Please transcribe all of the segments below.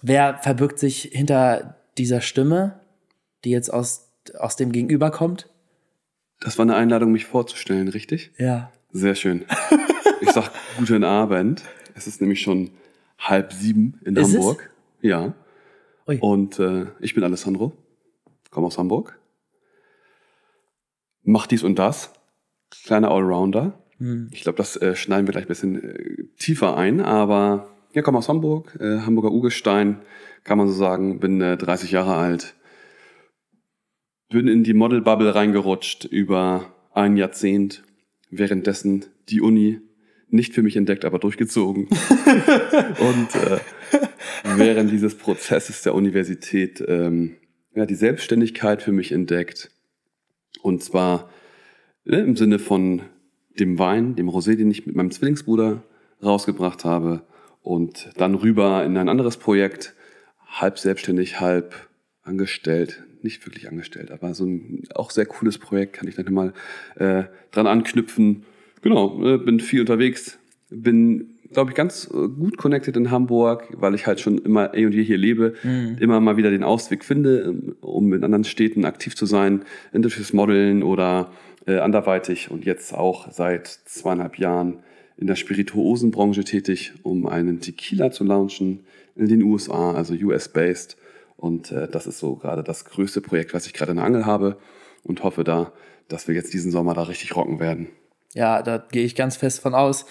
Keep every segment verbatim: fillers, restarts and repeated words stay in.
wer verbirgt sich hinter dieser Stimme, die jetzt aus, aus dem Gegenüber kommt? Das war eine Einladung, mich vorzustellen, richtig? Ja. Sehr schön. Ich sag guten Abend. Es ist nämlich schon halb sieben in Ist Hamburg. Es? Ja. Ui. Und äh, ich bin Alessandro, komme aus Hamburg. Mach dies und das. Kleiner Allrounder. Hm. Ich glaube, das äh, schneiden wir gleich ein bisschen äh, tiefer ein. Aber ja, komme aus Hamburg, äh, Hamburger Urgestein, kann man so sagen. Bin äh, dreißig Jahre alt. Bin in die Model-Bubble reingerutscht über ein Jahrzehnt. Währenddessen die Uni nicht für mich entdeckt, aber durchgezogen. Und äh, während dieses Prozesses der Universität ähm, ja, die Selbstständigkeit für mich entdeckt. Und zwar äh, im Sinne von dem Wein, dem Rosé, den ich mit meinem Zwillingsbruder rausgebracht habe. Und dann rüber in ein anderes Projekt, halb selbstständig, halb angestellt. Nicht wirklich angestellt, aber so ein auch sehr cooles Projekt, kann ich dann mal äh, dran anknüpfen. Genau, äh, bin viel unterwegs, bin, glaube ich, ganz äh, gut connected in Hamburg, weil ich halt schon immer eh und je hier lebe, mhm. immer mal wieder den Ausweg finde, um in anderen Städten aktiv zu sein, indisches Modeln oder äh, anderweitig und jetzt auch seit zweieinhalb Jahren in der Spirituosenbranche tätig, um einen Tequila zu launchen in den U S A, also U S-based. Und äh, das ist so gerade das größte Projekt, was ich gerade in der Angel habe und hoffe da, dass wir jetzt diesen Sommer da richtig rocken werden. Ja, da gehe ich ganz fest von aus.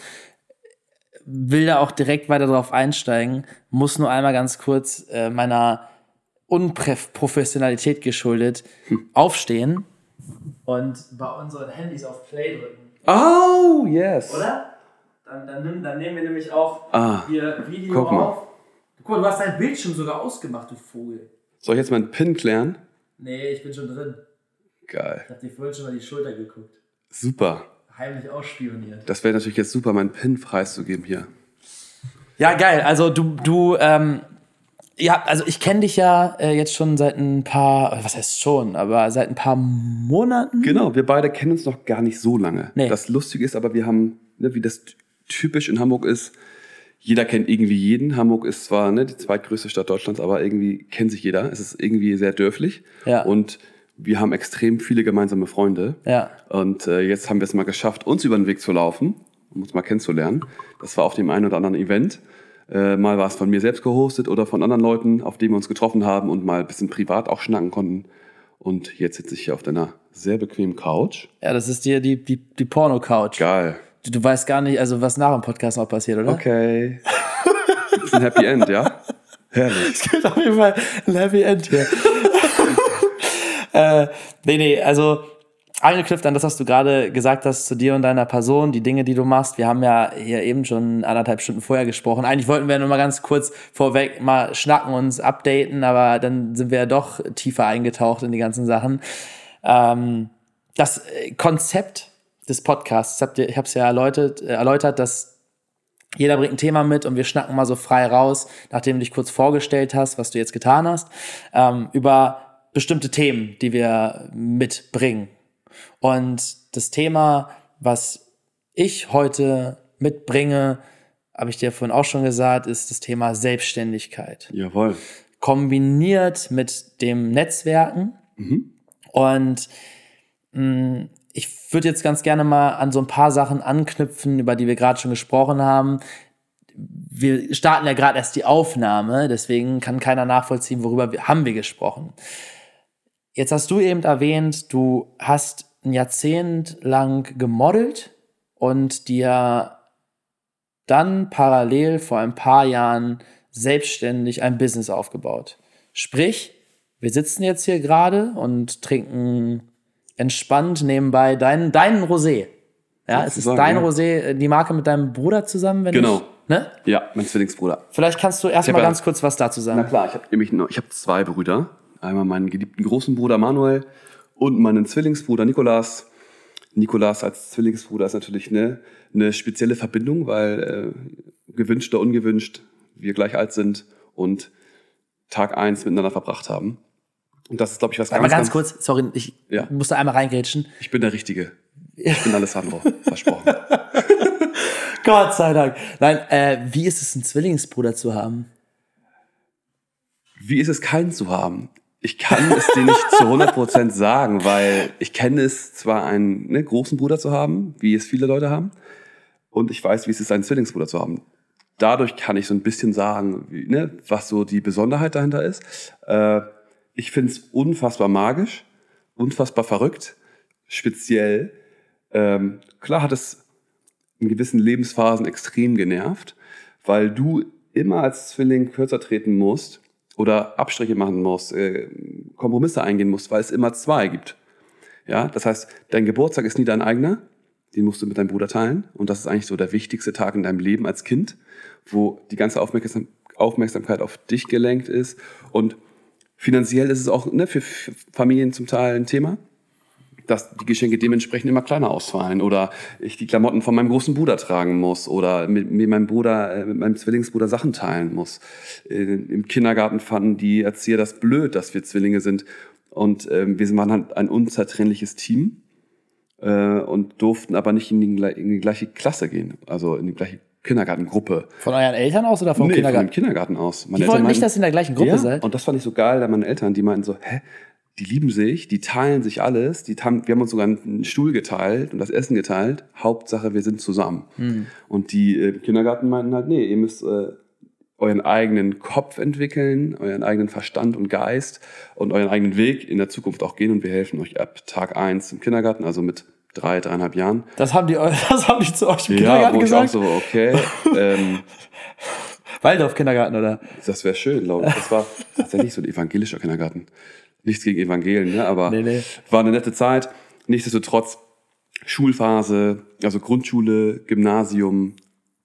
Will da auch direkt weiter drauf einsteigen, muss nur einmal ganz kurz äh, meiner Unprofessionalität geschuldet hm. aufstehen und bei unseren Handys auf Play drücken. Oh, yes. Oder? Dann, dann, nimm, dann nehmen wir nämlich auch ah, hier Video guck mal. auf. Guck mal, du hast dein Bildschirm sogar ausgemacht, du Vogel. Soll ich jetzt meinen PIN klären? Nee, ich bin schon drin. Geil. Ich hab dir vorhin schon mal die Schulter geguckt. Super. Heimlich ausspioniert. Das wäre natürlich jetzt super, meinen PIN preiszugeben hier. Ja, geil. Also du, du, ähm, ja, also ich kenne dich ja äh, jetzt schon seit ein paar, was heißt schon, aber seit ein paar Monaten. Genau, wir beide kennen uns noch gar nicht so lange. Nee. Das Lustige ist aber, wir haben, ne, wie das typisch in Hamburg ist, jeder kennt irgendwie jeden. Hamburg ist zwar ne, die zweitgrößte Stadt Deutschlands, aber irgendwie kennt sich jeder. Es ist irgendwie sehr dörflich. Ja. Und wir haben extrem viele gemeinsame Freunde. Ja. Und äh, jetzt haben wir es mal geschafft, uns über den Weg zu laufen, um uns mal kennenzulernen. Das war auf dem einen oder anderen Event. Äh, mal war es von mir selbst gehostet oder von anderen Leuten, auf denen wir uns getroffen haben und mal ein bisschen privat auch schnacken konnten. Und jetzt sitze ich hier auf deiner sehr bequemen Couch. Ja, das ist dir die, die, die Porno-Couch. Geil. Du, du weißt gar nicht, also was nach dem Podcast noch passiert, oder? Okay. Das ist ein Happy End, ja? Herrlich. Es gibt auf jeden Fall ein Happy End hier. äh, nee, nee, also angeknüpft an das, was du gerade gesagt hast zu dir und deiner Person, die Dinge, die du machst. Wir haben ja hier eben schon anderthalb Stunden vorher gesprochen. Eigentlich wollten wir nur mal ganz kurz vorweg mal schnacken, uns updaten, aber dann sind wir ja doch tiefer eingetaucht in die ganzen Sachen. Ähm, das Konzept des Podcasts, habt ihr, ich habe es ja erläutert, erläutert, dass jeder bringt ein Thema mit und wir schnacken mal so frei raus, nachdem du dich kurz vorgestellt hast, was du jetzt getan hast, ähm, über bestimmte Themen, die wir mitbringen. Und das Thema, was ich heute mitbringe, habe ich dir vorhin auch schon gesagt, ist das Thema Selbstständigkeit. Jawohl. Kombiniert mit dem Netzwerken. Mhm. Und mh, ich würde jetzt ganz gerne mal an so ein paar Sachen anknüpfen, über die wir gerade schon gesprochen haben. Wir starten ja gerade erst die Aufnahme, deswegen kann keiner nachvollziehen, worüber wir, haben wir gesprochen. Jetzt hast du eben erwähnt, du hast ein Jahrzehnt lang gemodelt und dir dann parallel vor ein paar Jahren selbstständig ein Business aufgebaut. Sprich, wir sitzen jetzt hier gerade und trinken entspannt nebenbei deinen, deinen Rosé. Ja, es ist dein ja. Rosé, die Marke mit deinem Bruder zusammen, wenn genau. ich... Ne? Ja, mein Zwillingsbruder. Vielleicht kannst du erstmal ganz kurz was dazu sagen. Na klar, ich habe nämlich noch, ich habe zwei Brüder. Einmal meinen geliebten großen Bruder Manuel und meinen Zwillingsbruder Nikolas. Nikolas als Zwillingsbruder ist natürlich eine, eine spezielle Verbindung, weil äh, gewünscht oder ungewünscht wir gleich alt sind und Tag eins miteinander verbracht haben. Und das ist, glaube ich, was ganz, ganz... Aber ganz ganz kurz, sorry, ich ja. musste einmal reingrätschen. Ich bin der Richtige. Ich bin Alessandro, versprochen. Gott sei Dank. Nein, äh, wie ist es, einen Zwillingsbruder zu haben? Wie ist es, keinen zu haben? Ich kann es dir nicht zu hundert Prozent sagen, weil ich kenne es zwar, einen ne, großen Bruder zu haben, wie es viele Leute haben, und ich weiß, wie es ist, einen Zwillingsbruder zu haben. Dadurch kann ich so ein bisschen sagen, wie, ne, was so die Besonderheit dahinter ist. Äh, ich finde es unfassbar magisch, unfassbar verrückt, speziell. Ähm, klar hat es in gewissen Lebensphasen extrem genervt, weil du immer als Zwilling kürzer treten musst oder Abstriche machen musst, äh, Kompromisse eingehen musst, weil es immer zwei gibt. Ja, das heißt, dein Geburtstag ist nie dein eigener, den musst du mit deinem Bruder teilen. Und das ist eigentlich so der wichtigste Tag in deinem Leben als Kind, wo die ganze Aufmerksam- Aufmerksamkeit auf dich gelenkt ist. Und finanziell ist es auch ne, für Familien zum Teil ein Thema, dass die Geschenke dementsprechend immer kleiner ausfallen oder ich die Klamotten von meinem großen Bruder tragen muss oder mit, mit meinem Bruder, äh, mit meinem Zwillingsbruder Sachen teilen muss. Äh, Im Kindergarten fanden die Erzieher das blöd, dass wir Zwillinge sind und äh, wir waren halt ein unzertrennliches Team äh, und durften aber nicht in die, in die gleiche Klasse gehen, also in die gleiche Kindergartengruppe. Von euren Eltern aus oder vom nee, Kindergarten? Von dem Kindergarten aus. Meine die Eltern wollten nicht, meinten, dass ihr in der gleichen Gruppe ja, seid? und das fand ich so geil, da meine Eltern, die meinten so, hä? Die lieben sich, die teilen sich alles. Die haben, wir haben uns sogar einen Stuhl geteilt und das Essen geteilt. Hauptsache, wir sind zusammen. Mhm. Und die äh, im Kindergarten meinten halt, nee, ihr müsst äh, euren eigenen Kopf entwickeln, euren eigenen Verstand und Geist und euren eigenen Weg in der Zukunft auch gehen. Und wir helfen euch ab Tag eins im Kindergarten, also mit drei, dreieinhalb Jahren. Das haben die, das haben die zu euch im ja, Kindergarten wo gesagt? Ich auch so, okay. ähm, Waldorf-Kindergarten, oder? Das wäre schön, glaube ich. Das war tatsächlich so ein evangelischer Kindergarten. Nichts gegen Evangelien, ne? aber nee, nee. war eine nette Zeit. Nichtsdestotrotz Schulphase, also Grundschule, Gymnasium,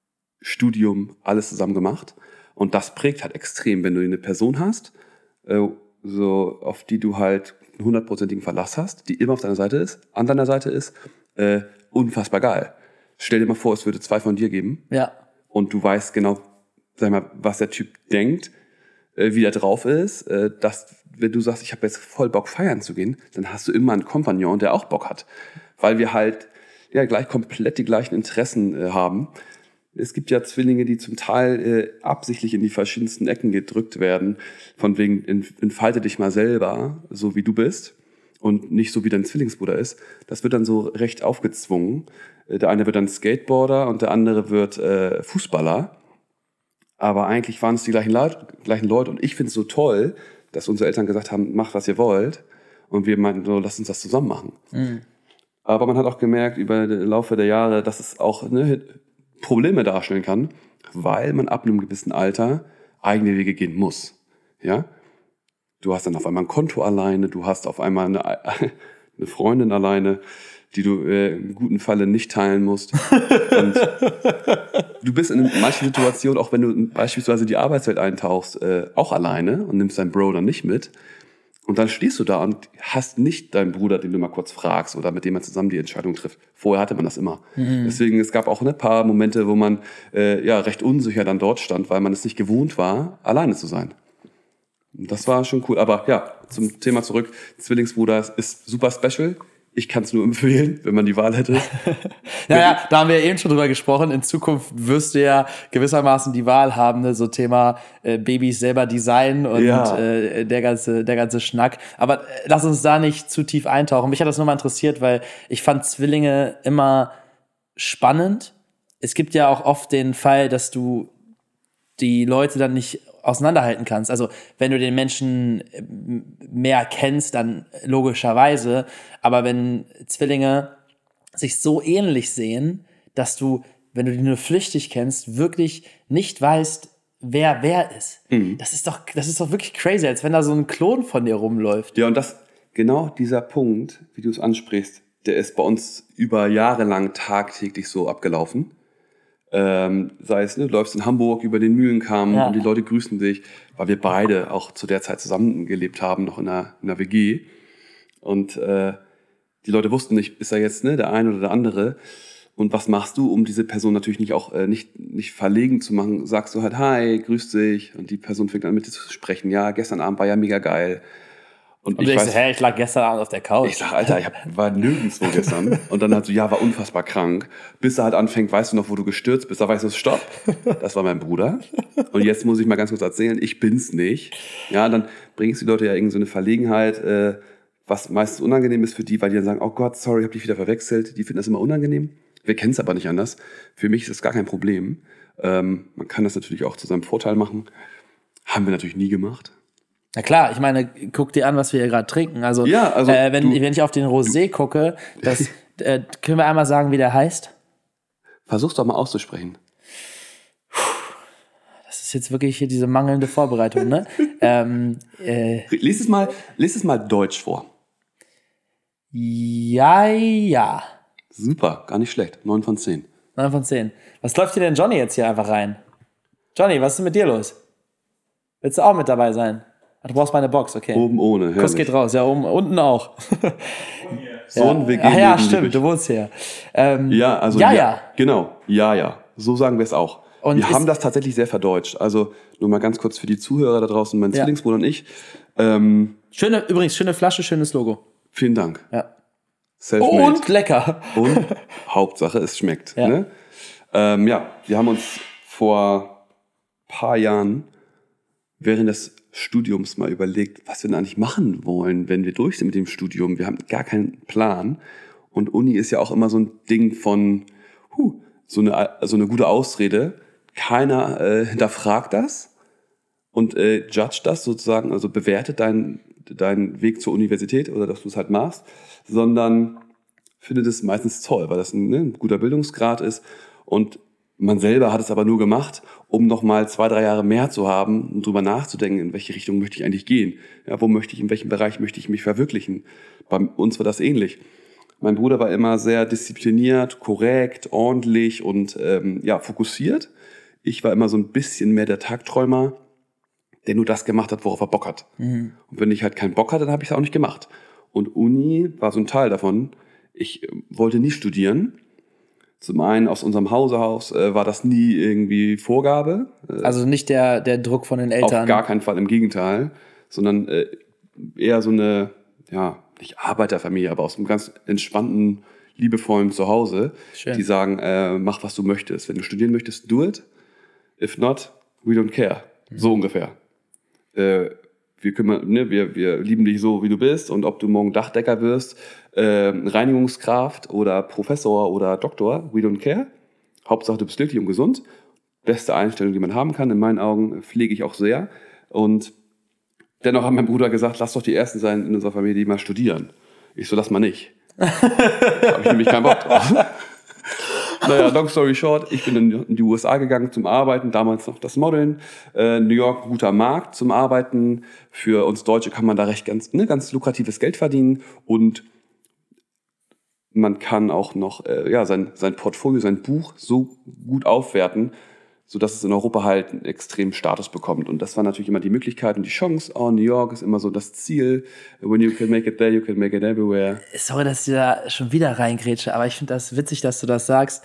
Studium, alles zusammen gemacht. Und das prägt halt extrem, wenn du eine Person hast, äh, so auf die du halt einen hundertprozentigen Verlass hast, die immer auf deiner Seite ist, an deiner Seite ist, äh, unfassbar geil. Stell dir mal vor, es würde zwei von dir geben. Ja. Und du weißt genau, sag mal, was der Typ denkt, äh, wie der drauf ist, äh, dass wenn du sagst, ich habe jetzt voll Bock feiern zu gehen, dann hast du immer einen Kompagnon, der auch Bock hat. Weil wir halt ja gleich komplett die gleichen Interessen äh, haben. Es gibt ja Zwillinge, die zum Teil äh, absichtlich in die verschiedensten Ecken gedrückt werden, von wegen entfalte dich mal selber, so wie du bist und nicht so wie dein Zwillingsbruder ist. Das wird dann so recht aufgezwungen. Äh, der eine wird dann Skateboarder und der andere wird äh, Fußballer. Aber eigentlich waren es die gleichen, Leut- gleichen Leute und ich finde es so toll, dass unsere Eltern gesagt haben, macht, was ihr wollt. Und wir meinten so, lasst uns das zusammen machen. Mhm. Aber man hat auch gemerkt über den Laufe der Jahre, dass es auch ne, Probleme darstellen kann, weil man ab einem gewissen Alter eigene Wege gehen muss. Ja? Du hast dann auf einmal ein Konto alleine, du hast auf einmal eine, eine Freundin alleine, die du äh, im guten Falle nicht teilen musst. Und du bist in manchen Situationen, auch wenn du beispielsweise die Arbeitswelt eintauchst, äh, auch alleine und nimmst deinen Bro dann nicht mit. Und dann stehst du da und hast nicht deinen Bruder, den du mal kurz fragst oder mit dem man zusammen die Entscheidung trifft. Vorher hatte man das immer. Mhm. Deswegen, es gab auch ein paar Momente, wo man äh, ja recht unsicher dann dort stand, weil man es nicht gewohnt war, alleine zu sein. Und das war schon cool. Aber ja, zum Thema zurück. Zwillingsbruder ist super special. Ich kann es nur empfehlen, wenn man die Wahl hätte. Naja, da haben wir ja eben schon drüber gesprochen. In Zukunft wirst du ja gewissermaßen die Wahl haben, ne? So Thema äh, Babys selber designen und Ja. äh, der ganze, der ganze Schnack. Aber äh, lass uns da nicht zu tief eintauchen. Mich hat das nur mal interessiert, weil ich fand Zwillinge immer spannend. Es gibt ja auch oft den Fall, dass du die Leute dann nicht auseinanderhalten kannst. Also wenn du den Menschen mehr kennst, dann logischerweise. Aber wenn Zwillinge sich so ähnlich sehen, dass du, wenn du die nur flüchtig kennst, wirklich nicht weißt, wer wer ist. Mhm. Das ist doch, das ist doch wirklich crazy, als wenn da so ein Klon von dir rumläuft. Ja, und das, genau dieser Punkt, wie du es ansprichst, der ist bei uns über Jahre lang tagtäglich so abgelaufen. Ähm, sei es, ne, du läufst in Hamburg über den Mühlenkamm ja. und die Leute grüßen dich, weil wir beide auch zu der Zeit zusammengelebt haben, noch in einer, in einer W G. Und äh, die Leute wussten nicht, ist er jetzt ne, der eine oder der andere? Und was machst du, um diese Person natürlich nicht auch äh, nicht, nicht verlegen zu machen? Sagst du halt, hi, grüß dich. Und die Person fängt an mit dir zu sprechen. Ja, gestern Abend war ja mega geil. Und, Und ich ich weiß, so, hä, ich lag gestern Abend auf der Couch. ich sag, Alter, ich hab, war nirgendwo gestern. Und dann halt so, ja, war unfassbar krank. Bis er halt anfängt, weißt du noch, wo du gestürzt bist? Da weißt du, stopp, das war mein Bruder. Und jetzt muss ich mal ganz kurz erzählen, ich bin's nicht. Ja, dann bringst du die Leute ja irgendwie so eine Verlegenheit, äh, was meistens unangenehm ist für die, weil die dann sagen, oh Gott, sorry, ich hab dich wieder verwechselt. Die finden das immer unangenehm. Wir kennen es aber nicht anders. Für mich ist das gar kein Problem. Ähm, man kann das natürlich auch zu seinem Vorteil machen. Haben wir natürlich nie gemacht. Na klar, ich meine, guck dir an, was wir hier gerade trinken. Also, Ja, also äh, wenn, du- wenn ich auf den Rosé gucke, das äh, können wir einmal sagen, wie der heißt? Versuch's doch mal auszusprechen. Das ist jetzt wirklich hier diese mangelnde Vorbereitung, ne? ähm, äh, Lies es mal, lies es mal deutsch vor. ja, ja. Super, gar nicht schlecht. neun von zehn. neun von zehn. Was läuft dir denn Johnny jetzt hier einfach rein? Johnny, was ist denn mit dir los? Willst du auch mit dabei sein? Ach, du brauchst meine Box, okay. Oben ohne, herrlich. Kuss geht raus, ja, oben, unten auch. So ein W G. Ach ja, Leben stimmt, lieb du ich. wohnst hier. Ähm, Ja, also ja, ja, ja. Genau, ja, ja. So sagen wir es auch. Und wir ist- haben das tatsächlich sehr verdeutscht. Also nur mal ganz kurz für die Zuhörer da draußen, mein Ja. Zwillingsbruder und ich. Ähm, Schöne, übrigens, schöne Flasche, schönes Logo. vielen Dank. Ja. Selfmade. Und lecker. Und Hauptsache, es schmeckt. Ja. Ne? Ähm, ja, wir haben uns vor ein paar Jahren während des Studiums mal überlegt, was wir denn eigentlich machen wollen, wenn wir durch sind mit dem Studium. Wir haben gar keinen Plan. Und Uni ist ja auch immer so ein Ding von, huh, so eine, so eine gute Ausrede. Keiner äh, hinterfragt das und äh, judgt das sozusagen, also bewertet deinen deinen Weg zur Universität oder dass du es halt machst, sondern findet es meistens toll, weil das ein, ne, ein guter Bildungsgrad ist und man selber hat es aber nur gemacht, um nochmal zwei, drei Jahre mehr zu haben und drüber nachzudenken, in welche Richtung möchte ich eigentlich gehen. Ja, wo möchte ich, in welchem Bereich möchte ich mich verwirklichen? Bei uns war das ähnlich. Mein Bruder war immer sehr diszipliniert, korrekt, ordentlich und ähm, ja, fokussiert. Ich war immer so ein bisschen mehr der Tagträumer, der nur das gemacht hat, worauf er Bock hat. Mhm. Und wenn ich halt keinen Bock hatte, dann habe ich es auch nicht gemacht. Und Uni war so ein Teil davon. Ich äh, wollte nie studieren. Zum einen aus unserem Hausehaus äh, war das nie irgendwie Vorgabe. Äh, Also nicht der, der Druck von den Eltern. Auf gar keinen Fall, im Gegenteil. Sondern äh, eher so eine, ja, nicht Arbeiterfamilie, aber aus einem ganz entspannten, liebevollen Zuhause. Schön. Die sagen, äh, mach, was du möchtest. Wenn du studieren möchtest, do it. If not, we don't care. Mhm. So ungefähr. Äh, wir, kümmern, ne, wir, wir lieben dich so, wie du bist. Und ob du morgen Dachdecker wirst, äh, Reinigungskraft oder Professor oder Doktor, we don't care. Hauptsache, du bist glücklich und gesund. Beste Einstellung, die man haben kann. In meinen Augen pflege ich auch sehr. Und dennoch hat mein Bruder gesagt, lass doch die Ersten sein in unserer Familie, die mal studieren. Ich so, lass mal nicht. Da habe ich nämlich keinen Bock drauf. Naja, long story short, ich bin in die U S A gegangen zum Arbeiten, damals noch das Modeln. Äh, New York, guter Markt zum Arbeiten. Für uns Deutsche kann man da recht ganz, ne, ganz lukratives Geld verdienen. Und man kann auch noch äh, ja, sein, sein Portfolio, sein Buch so gut aufwerten, sodass es in Europa halt einen extremen Status bekommt. Und das war natürlich immer die Möglichkeit und die Chance. Oh, New York ist immer so das Ziel. When you can make it there, you can make it everywhere. Sorry, dass ich da schon wieder reingrätsche, aber ich finde das witzig, dass du das sagst.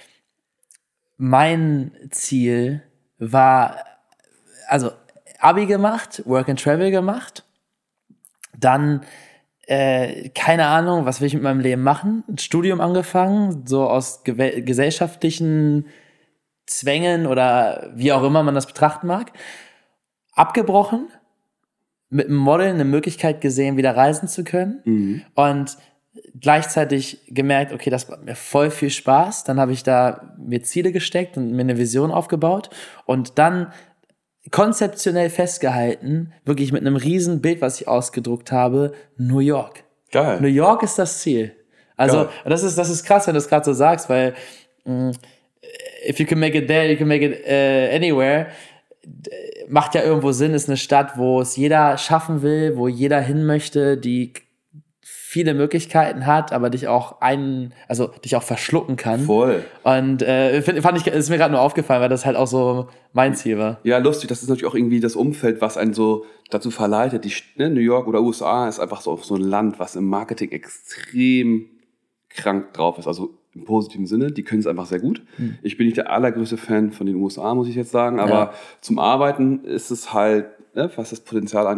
Mein Ziel war, also Abi gemacht, Work and Travel gemacht, dann äh, keine Ahnung, was will ich mit meinem Leben machen, ein Studium angefangen, so aus gew- gesellschaftlichen Zwängen oder wie auch immer man das betrachten mag, abgebrochen, mit dem Model eine Möglichkeit gesehen, wieder reisen zu können mhm. und gleichzeitig gemerkt, okay, das macht mir voll viel Spaß, dann habe ich da mir Ziele gesteckt und mir eine Vision aufgebaut und dann konzeptionell festgehalten, wirklich mit einem riesen Bild, was ich ausgedruckt habe, New York. Geil. New York ist das Ziel. Also das ist, das ist krass, wenn du es gerade so sagst, weil mh, if you can make it there, you can make it uh, anywhere. Macht ja irgendwo Sinn, ist eine Stadt, wo es jeder schaffen will, wo jeder hin möchte, die viele Möglichkeiten hat, aber dich auch einen, also dich auch verschlucken kann. Voll. Und äh, fand ich, ist mir gerade nur aufgefallen, weil das halt auch so mein Ziel war. Ja, lustig, das ist natürlich auch irgendwie das Umfeld, was einen so dazu verleitet. Die, ne, New York oder U S A ist einfach so, so ein Land, was im Marketing extrem krank drauf ist. Also im positiven Sinne, die können es einfach sehr gut. Hm. Ich bin nicht der allergrößte Fan von den U S A, muss ich jetzt sagen, aber ja. Zum Arbeiten ist es halt, ne, was das Potenzial angeht,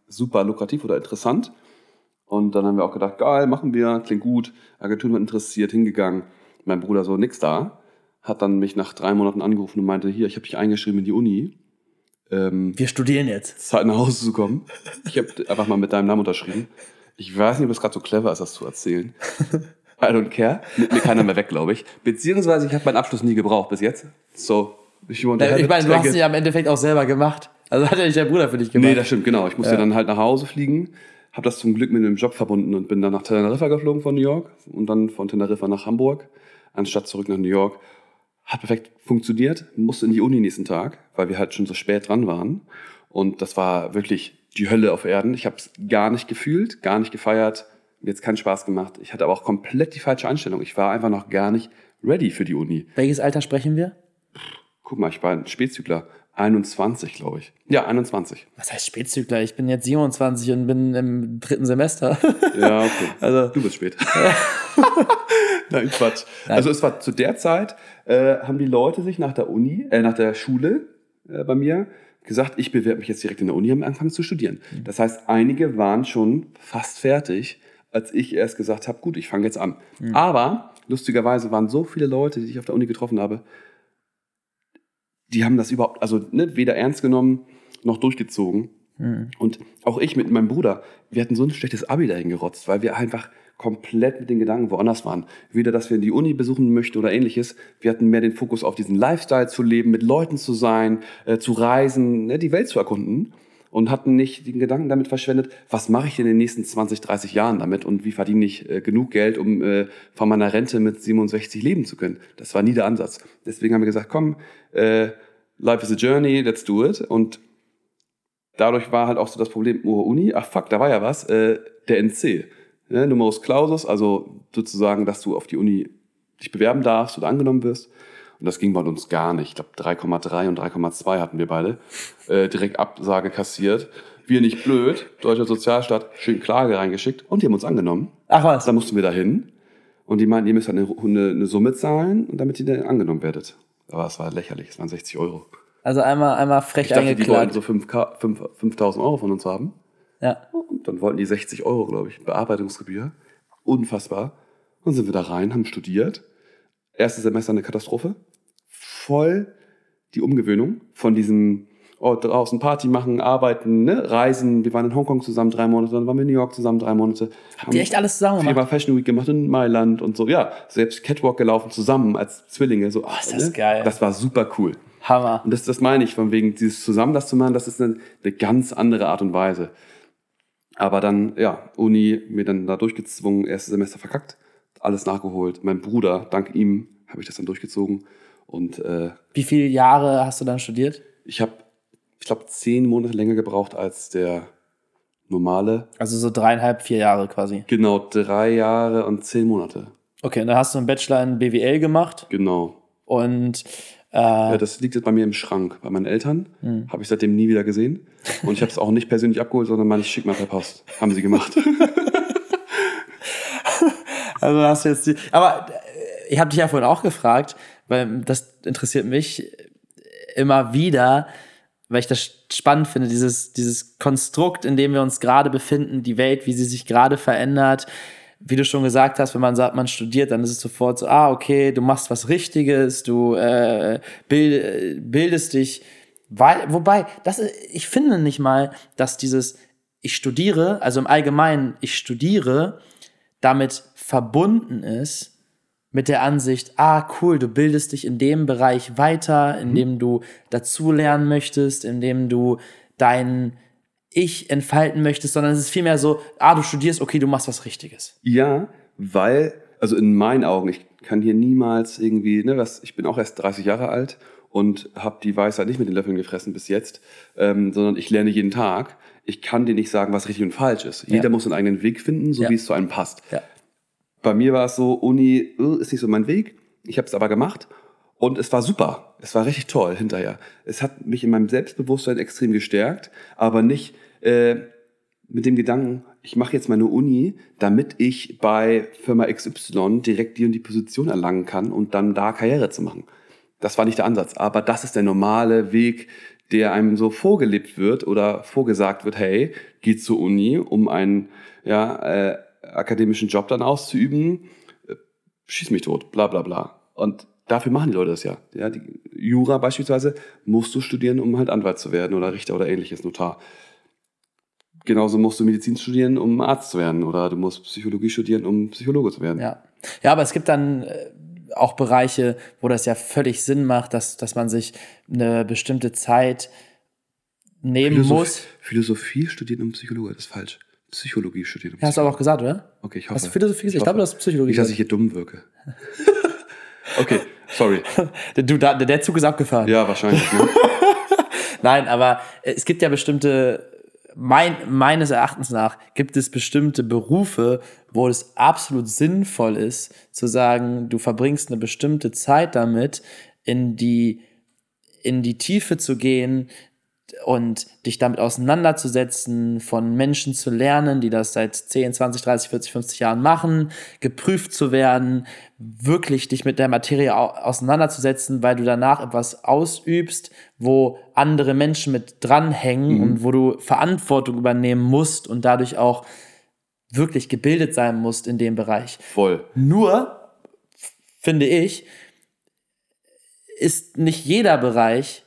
super lukrativ oder interessant. Und dann haben wir auch gedacht, geil, machen wir, klingt gut, Agenturen waren interessiert, hingegangen. Mein Bruder so, nix da, hat dann mich nach drei Monaten angerufen und meinte, hier, ich habe dich eingeschrieben in die Uni. Ähm, wir studieren jetzt. Zeit nach Hause zu kommen. Ich habe einfach mal mit deinem Namen unterschrieben. Ich weiß nicht, ob es gerade so clever ist, das zu erzählen. I don't care. Nimmt mir keiner mehr weg, glaube ich. Beziehungsweise ich habe meinen Abschluss nie gebraucht bis jetzt. So, ich, ich meine, du hast ihn ja im Endeffekt auch selber gemacht. Also hat ja nicht dein Bruder für dich gemacht. Nee, das stimmt, genau. Ich musste ja. dann halt nach Hause fliegen. Habe das zum Glück mit einem Job verbunden und bin dann nach Teneriffa geflogen von New York und dann von Teneriffa nach Hamburg, anstatt zurück nach New York. Hat perfekt funktioniert, musste in die Uni nächsten Tag, weil wir halt schon so spät dran waren. Und das war wirklich die Hölle auf Erden. Ich habe es gar nicht gefühlt, gar nicht gefeiert, mir jetzt keinen Spaß gemacht. Ich hatte aber auch komplett die falsche Einstellung. Ich war einfach noch gar nicht ready für die Uni. Welches Alter sprechen wir? Guck mal, ich war ein Spätzügler. einundzwanzig, glaube ich. Ja, einundzwanzig. Was heißt Spätzügler? Ich bin jetzt siebenundzwanzig und bin im dritten Semester. Ja, okay. Also, du bist spät. Nein, Quatsch. Nein. Also es war zu der Zeit, äh, haben die Leute sich nach der Uni, äh, nach der Schule äh, bei mir gesagt, ich bewerbe mich jetzt direkt in der Uni, am Anfang zu studieren. Mhm. Das heißt, einige waren schon fast fertig, als ich erst gesagt habe, gut, ich fange jetzt an. Mhm. Aber lustigerweise waren so viele Leute, die ich auf der Uni getroffen habe, die haben das überhaupt, also ne, weder ernst genommen noch durchgezogen. Mhm. Und auch ich mit meinem Bruder, wir hatten so ein schlechtes Abi dahin gerotzt, weil wir einfach komplett mit den Gedanken woanders waren. Weder, dass wir die Uni besuchen möchten oder ähnliches. Wir hatten mehr den Fokus auf diesen Lifestyle zu leben, mit Leuten zu sein, äh, zu reisen, ne, die Welt zu erkunden. Und hatten nicht den Gedanken damit verschwendet, was mache ich in den nächsten zwanzig, dreißig Jahren damit und wie verdiene ich äh, genug Geld, um äh, von meiner Rente mit siebenundsechzig leben zu können. Das war nie der Ansatz. Deswegen haben wir gesagt, komm, äh, life is a journey, let's do it. Und dadurch war halt auch so das Problem, oh, Uni, ach fuck, da war ja was, äh, der N C. Ne, Numerus Clausus, also sozusagen, dass du auf die Uni dich bewerben darfst oder angenommen wirst. Und das ging bei uns gar nicht. Ich glaube, drei Komma drei und drei Komma zwei hatten wir beide. Äh, direkt Absage kassiert. Wir nicht blöd. Deutscher Sozialstaat, schön Klage reingeschickt. Und die haben uns angenommen. Ach was? Da mussten wir da hin. Und die meinten, ihr müsst eine, eine, eine Summe zahlen, damit ihr dann angenommen werdet. Aber es war lächerlich. Es waren sechzig Euro. Also einmal, einmal frech ich dachte, eingeklagt. Die wollten so fünftausend Euro von uns haben. Ja. Und dann wollten die sechzig Euro, glaube ich. Bearbeitungsgebühr. Unfassbar. Dann sind wir da rein, haben studiert. Erstes Semester eine Katastrophe. Voll die Umgewöhnung von diesem oh, draußen Party machen, arbeiten, ne? Reisen. Wir waren in Hongkong zusammen drei Monate, dann waren wir in New York zusammen drei Monate. Habt ihr echt alles zusammen gemacht? Viermal Fashion Week gemacht in Mailand und so. Ja, selbst Catwalk gelaufen zusammen als Zwillinge. So, oh, ist das ne? geil. Das war super cool. Hammer. Und das, das meine ich, von wegen dieses zusammen das zu machen, das ist eine, eine ganz andere Art und Weise. Aber dann, ja, Uni, mir dann da durchgezwungen, erstes Semester verkackt, alles nachgeholt. Mein Bruder, dank ihm, habe ich das dann durchgezogen. Und, äh, wie viele Jahre hast du dann studiert? Ich habe, ich glaube, zehn Monate länger gebraucht als der normale. Also so dreieinhalb, vier Jahre quasi. Genau, drei Jahre und zehn Monate. Okay, und dann hast du einen Bachelor in B W L gemacht. Genau. Und äh, ja, das liegt jetzt bei mir im Schrank. Bei meinen Eltern hm. habe ich seitdem nie wieder gesehen. Und ich habe es auch nicht persönlich abgeholt, sondern meine ich schick mal per Post. Haben sie gemacht. Also hast du jetzt die. Aber ich habe dich ja vorhin auch gefragt, weil das interessiert mich immer wieder, weil ich das spannend finde, dieses, dieses Konstrukt, in dem wir uns gerade befinden, die Welt, wie sie sich gerade verändert. Wie du schon gesagt hast, wenn man sagt, man studiert, dann ist es sofort so, ah, okay, du machst was Richtiges, du äh, bild, bildest dich. Weil, wobei, das, ich finde nicht mal, dass dieses ich studiere, also im Allgemeinen, ich studiere, damit verbunden ist mit der Ansicht, ah, cool, du bildest dich in dem Bereich weiter, in dem du dazulernen möchtest, in dem du dein Ich entfalten möchtest, sondern es ist vielmehr so, ah, du studierst, okay, du machst was Richtiges. Ja, weil, also in meinen Augen, ich kann hier niemals irgendwie, ne, was, ich bin auch erst dreißig Jahre alt und habe die Weisheit nicht mit den Löffeln gefressen bis jetzt, ähm, sondern ich lerne jeden Tag. Ich kann dir nicht sagen, was richtig und falsch ist. Jeder ja. muss einen eigenen Weg finden, so ja. wie es zu einem passt. Ja. Bei mir war es so, Uni ist nicht so mein Weg. Ich habe es aber gemacht und es war super. Es war richtig toll hinterher. Es hat mich in meinem Selbstbewusstsein extrem gestärkt, aber nicht äh, mit dem Gedanken, ich mache jetzt meine Uni, damit ich bei Firma X Y direkt die und die Position erlangen kann und dann da Karriere zu machen. Das war nicht der Ansatz, aber das ist der normale Weg, der einem so vorgelebt wird oder vorgesagt wird, hey, geh zur Uni, um einen ja, äh, akademischen Job dann auszuüben, äh, schieß mich tot, bla bla bla. Und dafür machen die Leute das ja. ja die Jura beispielsweise musst du studieren, um halt Anwalt zu werden oder Richter oder ähnliches, Notar. Genauso musst du Medizin studieren, um Arzt zu werden, oder du musst Psychologie studieren, um Psychologe zu werden. Ja, ja, aber es gibt dann äh, auch Bereiche, wo das ja völlig Sinn macht, dass, dass man sich eine bestimmte Zeit nehmen Philosoph- muss. Philosophie studieren, um Psychologe, das ist falsch. Psychologie studieren, um Ja, hast du aber auch gesagt, oder? Okay, ich hoffe. Hast du Philosophie gesagt? Ich, ich glaube, du hast Psychologie Nicht, dass ich hier dumm wirke. Okay, sorry. Du, da, der Zug ist abgefahren. Ja, wahrscheinlich. Ne? Nein, aber es gibt ja bestimmte, mein, meines Erachtens nach, gibt es bestimmte Berufe, wo es absolut sinnvoll ist, zu sagen, du verbringst eine bestimmte Zeit damit, in die, in die Tiefe zu gehen und dich damit auseinanderzusetzen, von Menschen zu lernen, die das seit zehn, zwanzig, dreißig, vierzig, fünfzig Jahren machen, geprüft zu werden, wirklich dich mit der Materie auseinanderzusetzen, weil du danach etwas ausübst, wo andere Menschen mit dranhängen mhm. und wo du Verantwortung übernehmen musst und dadurch auch wirklich gebildet sein musst in dem Bereich. Voll. Nur, finde ich, ist nicht jeder Bereich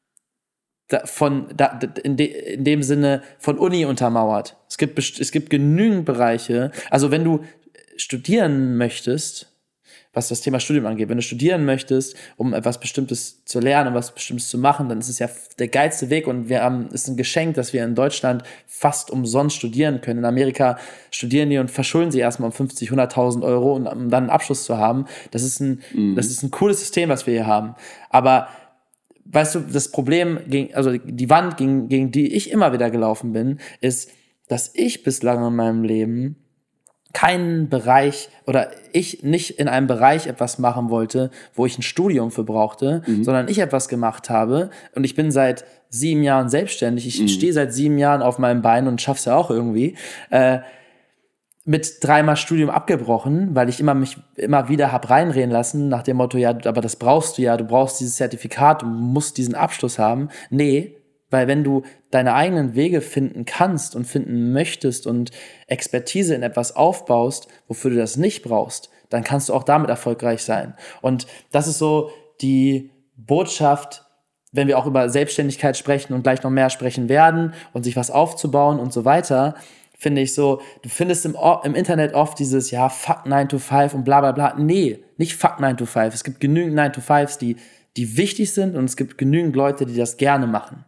von da, in, de, in dem Sinne von Uni untermauert. Es gibt, es gibt genügend Bereiche. Also wenn du studieren möchtest, was das Thema Studium angeht, wenn du studieren möchtest, um etwas Bestimmtes zu lernen, um etwas Bestimmtes zu machen, dann ist es ja der geilste Weg und wir haben, es ist ein Geschenk, dass wir in Deutschland fast umsonst studieren können. In Amerika studieren die und verschulden sie erstmal um fünfzig, hunderttausend Euro, um dann einen Abschluss zu haben. Das ist ein, mhm. das ist ein cooles System, was wir hier haben. Aber weißt du, das Problem, gegen, also die Wand, gegen, gegen die ich immer wieder gelaufen bin, ist, dass ich bislang in meinem Leben keinen Bereich oder ich nicht in einem Bereich etwas machen wollte, wo ich ein Studium für brauchte, mhm. sondern ich etwas gemacht habe und ich bin seit sieben Jahren selbstständig, ich mhm. stehe seit sieben Jahren auf meinem Bein und schaff's ja auch irgendwie, äh, mit dreimal Studium abgebrochen, weil ich immer mich immer wieder hab reinreden lassen, nach dem Motto, ja, aber das brauchst du ja, du brauchst dieses Zertifikat, du musst diesen Abschluss haben. Nee, weil wenn du deine eigenen Wege finden kannst und finden möchtest und Expertise in etwas aufbaust, wofür du das nicht brauchst, dann kannst du auch damit erfolgreich sein. Und das ist so die Botschaft, wenn wir auch über Selbstständigkeit sprechen und gleich noch mehr sprechen werden und sich was aufzubauen und so weiter, finde ich so, du findest im, im Internet oft dieses, ja, fuck nine to five und bla bla bla. Nee, nicht fuck nine to five. Es gibt genügend nine to fives, die, die wichtig sind und es gibt genügend Leute, die das gerne machen.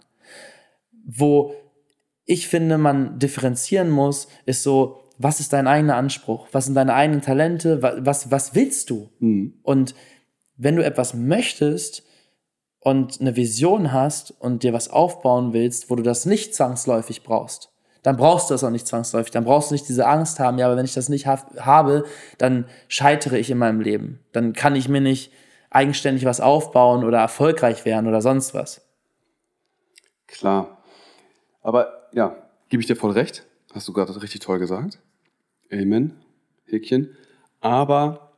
Wo ich finde, man differenzieren muss, ist so, was ist dein eigener Anspruch? Was sind deine eigenen Talente? Was, was willst du? Mhm. Und wenn du etwas möchtest und eine Vision hast und dir was aufbauen willst, wo du das nicht zwangsläufig brauchst, dann brauchst du das auch nicht zwangsläufig. Dann brauchst du nicht diese Angst haben, ja, aber wenn ich das nicht ha- habe, dann scheitere ich in meinem Leben. Dann kann ich mir nicht eigenständig was aufbauen oder erfolgreich werden oder sonst was. Klar. Aber ja, gebe ich dir voll recht. Hast du gerade richtig toll gesagt. Amen. Häkchen. Aber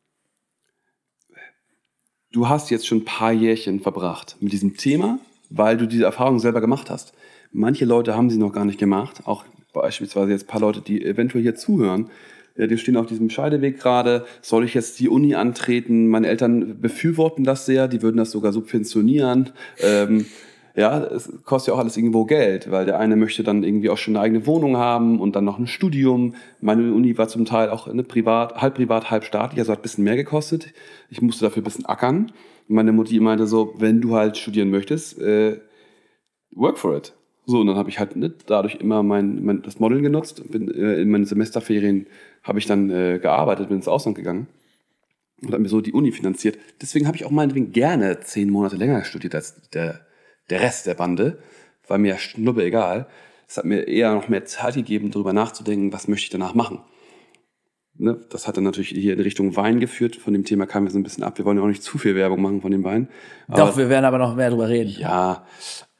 du hast jetzt schon ein paar Jährchen verbracht mit diesem Thema, weil du diese Erfahrung selber gemacht hast. Manche Leute haben sie noch gar nicht gemacht, auch beispielsweise jetzt ein paar Leute, die eventuell hier zuhören. Ja, die stehen auf diesem Scheideweg gerade. Soll ich jetzt die Uni antreten? Meine Eltern befürworten das sehr, die würden das sogar subventionieren. Ähm, ja, es kostet ja auch alles irgendwo Geld, weil der eine möchte dann irgendwie auch schon eine eigene Wohnung haben und dann noch ein Studium. Meine Uni war zum Teil auch eine privat, halb privat, halb staatlich, also hat ein bisschen mehr gekostet. Ich musste dafür ein bisschen ackern. Und meine Mutti meinte so, wenn du halt studieren möchtest, äh, work for it. So, und dann habe ich halt ne, dadurch immer mein, mein, das Modeln genutzt. Bin, äh, in meinen Semesterferien habe ich dann äh, gearbeitet, bin ins Ausland gegangen und habe mir so die Uni finanziert. Deswegen habe ich auch meinetwegen gerne zehn Monate länger studiert als der, der Rest der Bande. War mir schnuppe egal. Es hat mir eher noch mehr Zeit gegeben, darüber nachzudenken, was möchte ich danach machen. Ne, das hat dann natürlich hier in Richtung Wein geführt. Von dem Thema kamen wir so ein bisschen ab. Wir wollen ja auch nicht zu viel Werbung machen von dem Wein. Doch, aber, wir werden aber noch mehr drüber reden. Ja,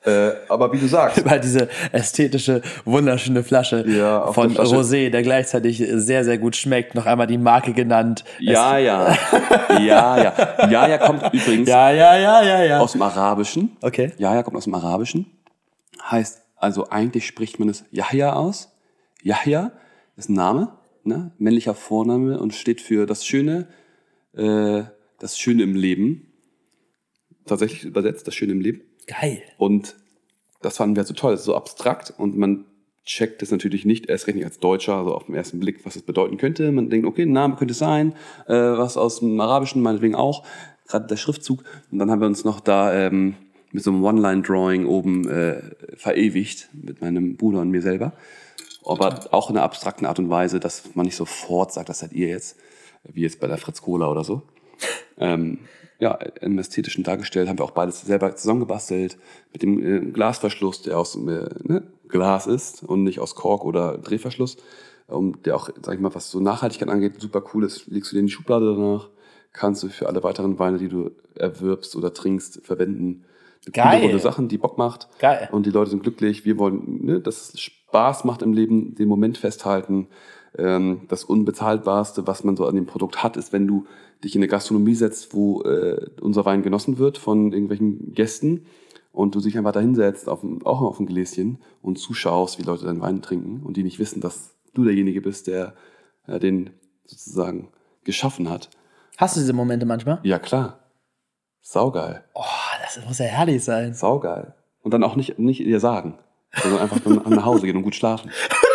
Äh, aber wie du sagst. Weil diese ästhetische, wunderschöne Flasche Ja, auf von der Flasche. Rosé, der gleichzeitig sehr, sehr gut schmeckt. Noch einmal die Marke genannt. Ja, ja. Ja, ja. Ja, ja kommt übrigens Ja, ja, ja, ja, ja. aus dem Arabischen. Okay. Ja, ja kommt aus dem Arabischen. Heißt, also eigentlich spricht man es Yahya aus. Yahya ist ein Name, ne? Männlicher Vorname und steht für das Schöne, äh, das Schöne im Leben. Tatsächlich übersetzt, das Schöne im Leben. Geil. Und das fanden wir so toll, das ist so abstrakt und man checkt es natürlich nicht, erst recht nicht als Deutscher, also auf den ersten Blick, was es bedeuten könnte. Man denkt, okay, ein Name könnte es sein, äh, was aus dem Arabischen, meinetwegen auch, gerade der Schriftzug. Und dann haben wir uns noch da ähm, mit so einem One-Line-Drawing oben äh, verewigt, mit meinem Bruder und mir selber. Aber auch in einer abstrakten Art und Weise, dass man nicht sofort sagt, das seid ihr jetzt, wie jetzt bei der Fritz Cola oder so. ähm, ja, im Ästhetischen dargestellt, haben wir auch beides selber zusammengebastelt, mit dem äh, Glasverschluss, der aus äh, ne, Glas ist und nicht aus Kork oder Drehverschluss, um, der auch, sag ich mal, was so Nachhaltigkeit angeht, super cool ist, legst du dir in die Schublade danach, kannst du für alle weiteren Weine, die du erwirbst oder trinkst, verwenden. Geil. Coole Sachen, die Bock macht. Geil. Und die Leute sind glücklich. Wir wollen, ne, dass es Spaß macht im Leben, den Moment festhalten. Ähm, das Unbezahlbarste, was man so an dem Produkt hat, ist, wenn du dich in eine Gastronomie setzt, wo äh, unser Wein genossen wird von irgendwelchen Gästen und du dich einfach da hinsetzt, auf ein, auch auf ein Gläschen und zuschaust, wie Leute deinen Wein trinken und die nicht wissen, dass du derjenige bist, der äh, den sozusagen geschaffen hat. Hast du diese Momente manchmal? Ja, klar. Saugeil. Oh, das muss ja herrlich sein. Saugeil. Und dann auch nicht, nicht ihr sagen, sondern einfach dann nach Hause gehen und gut schlafen.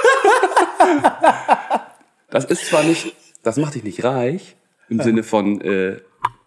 Das ist zwar nicht, das macht dich nicht reich, im Sinne von, äh,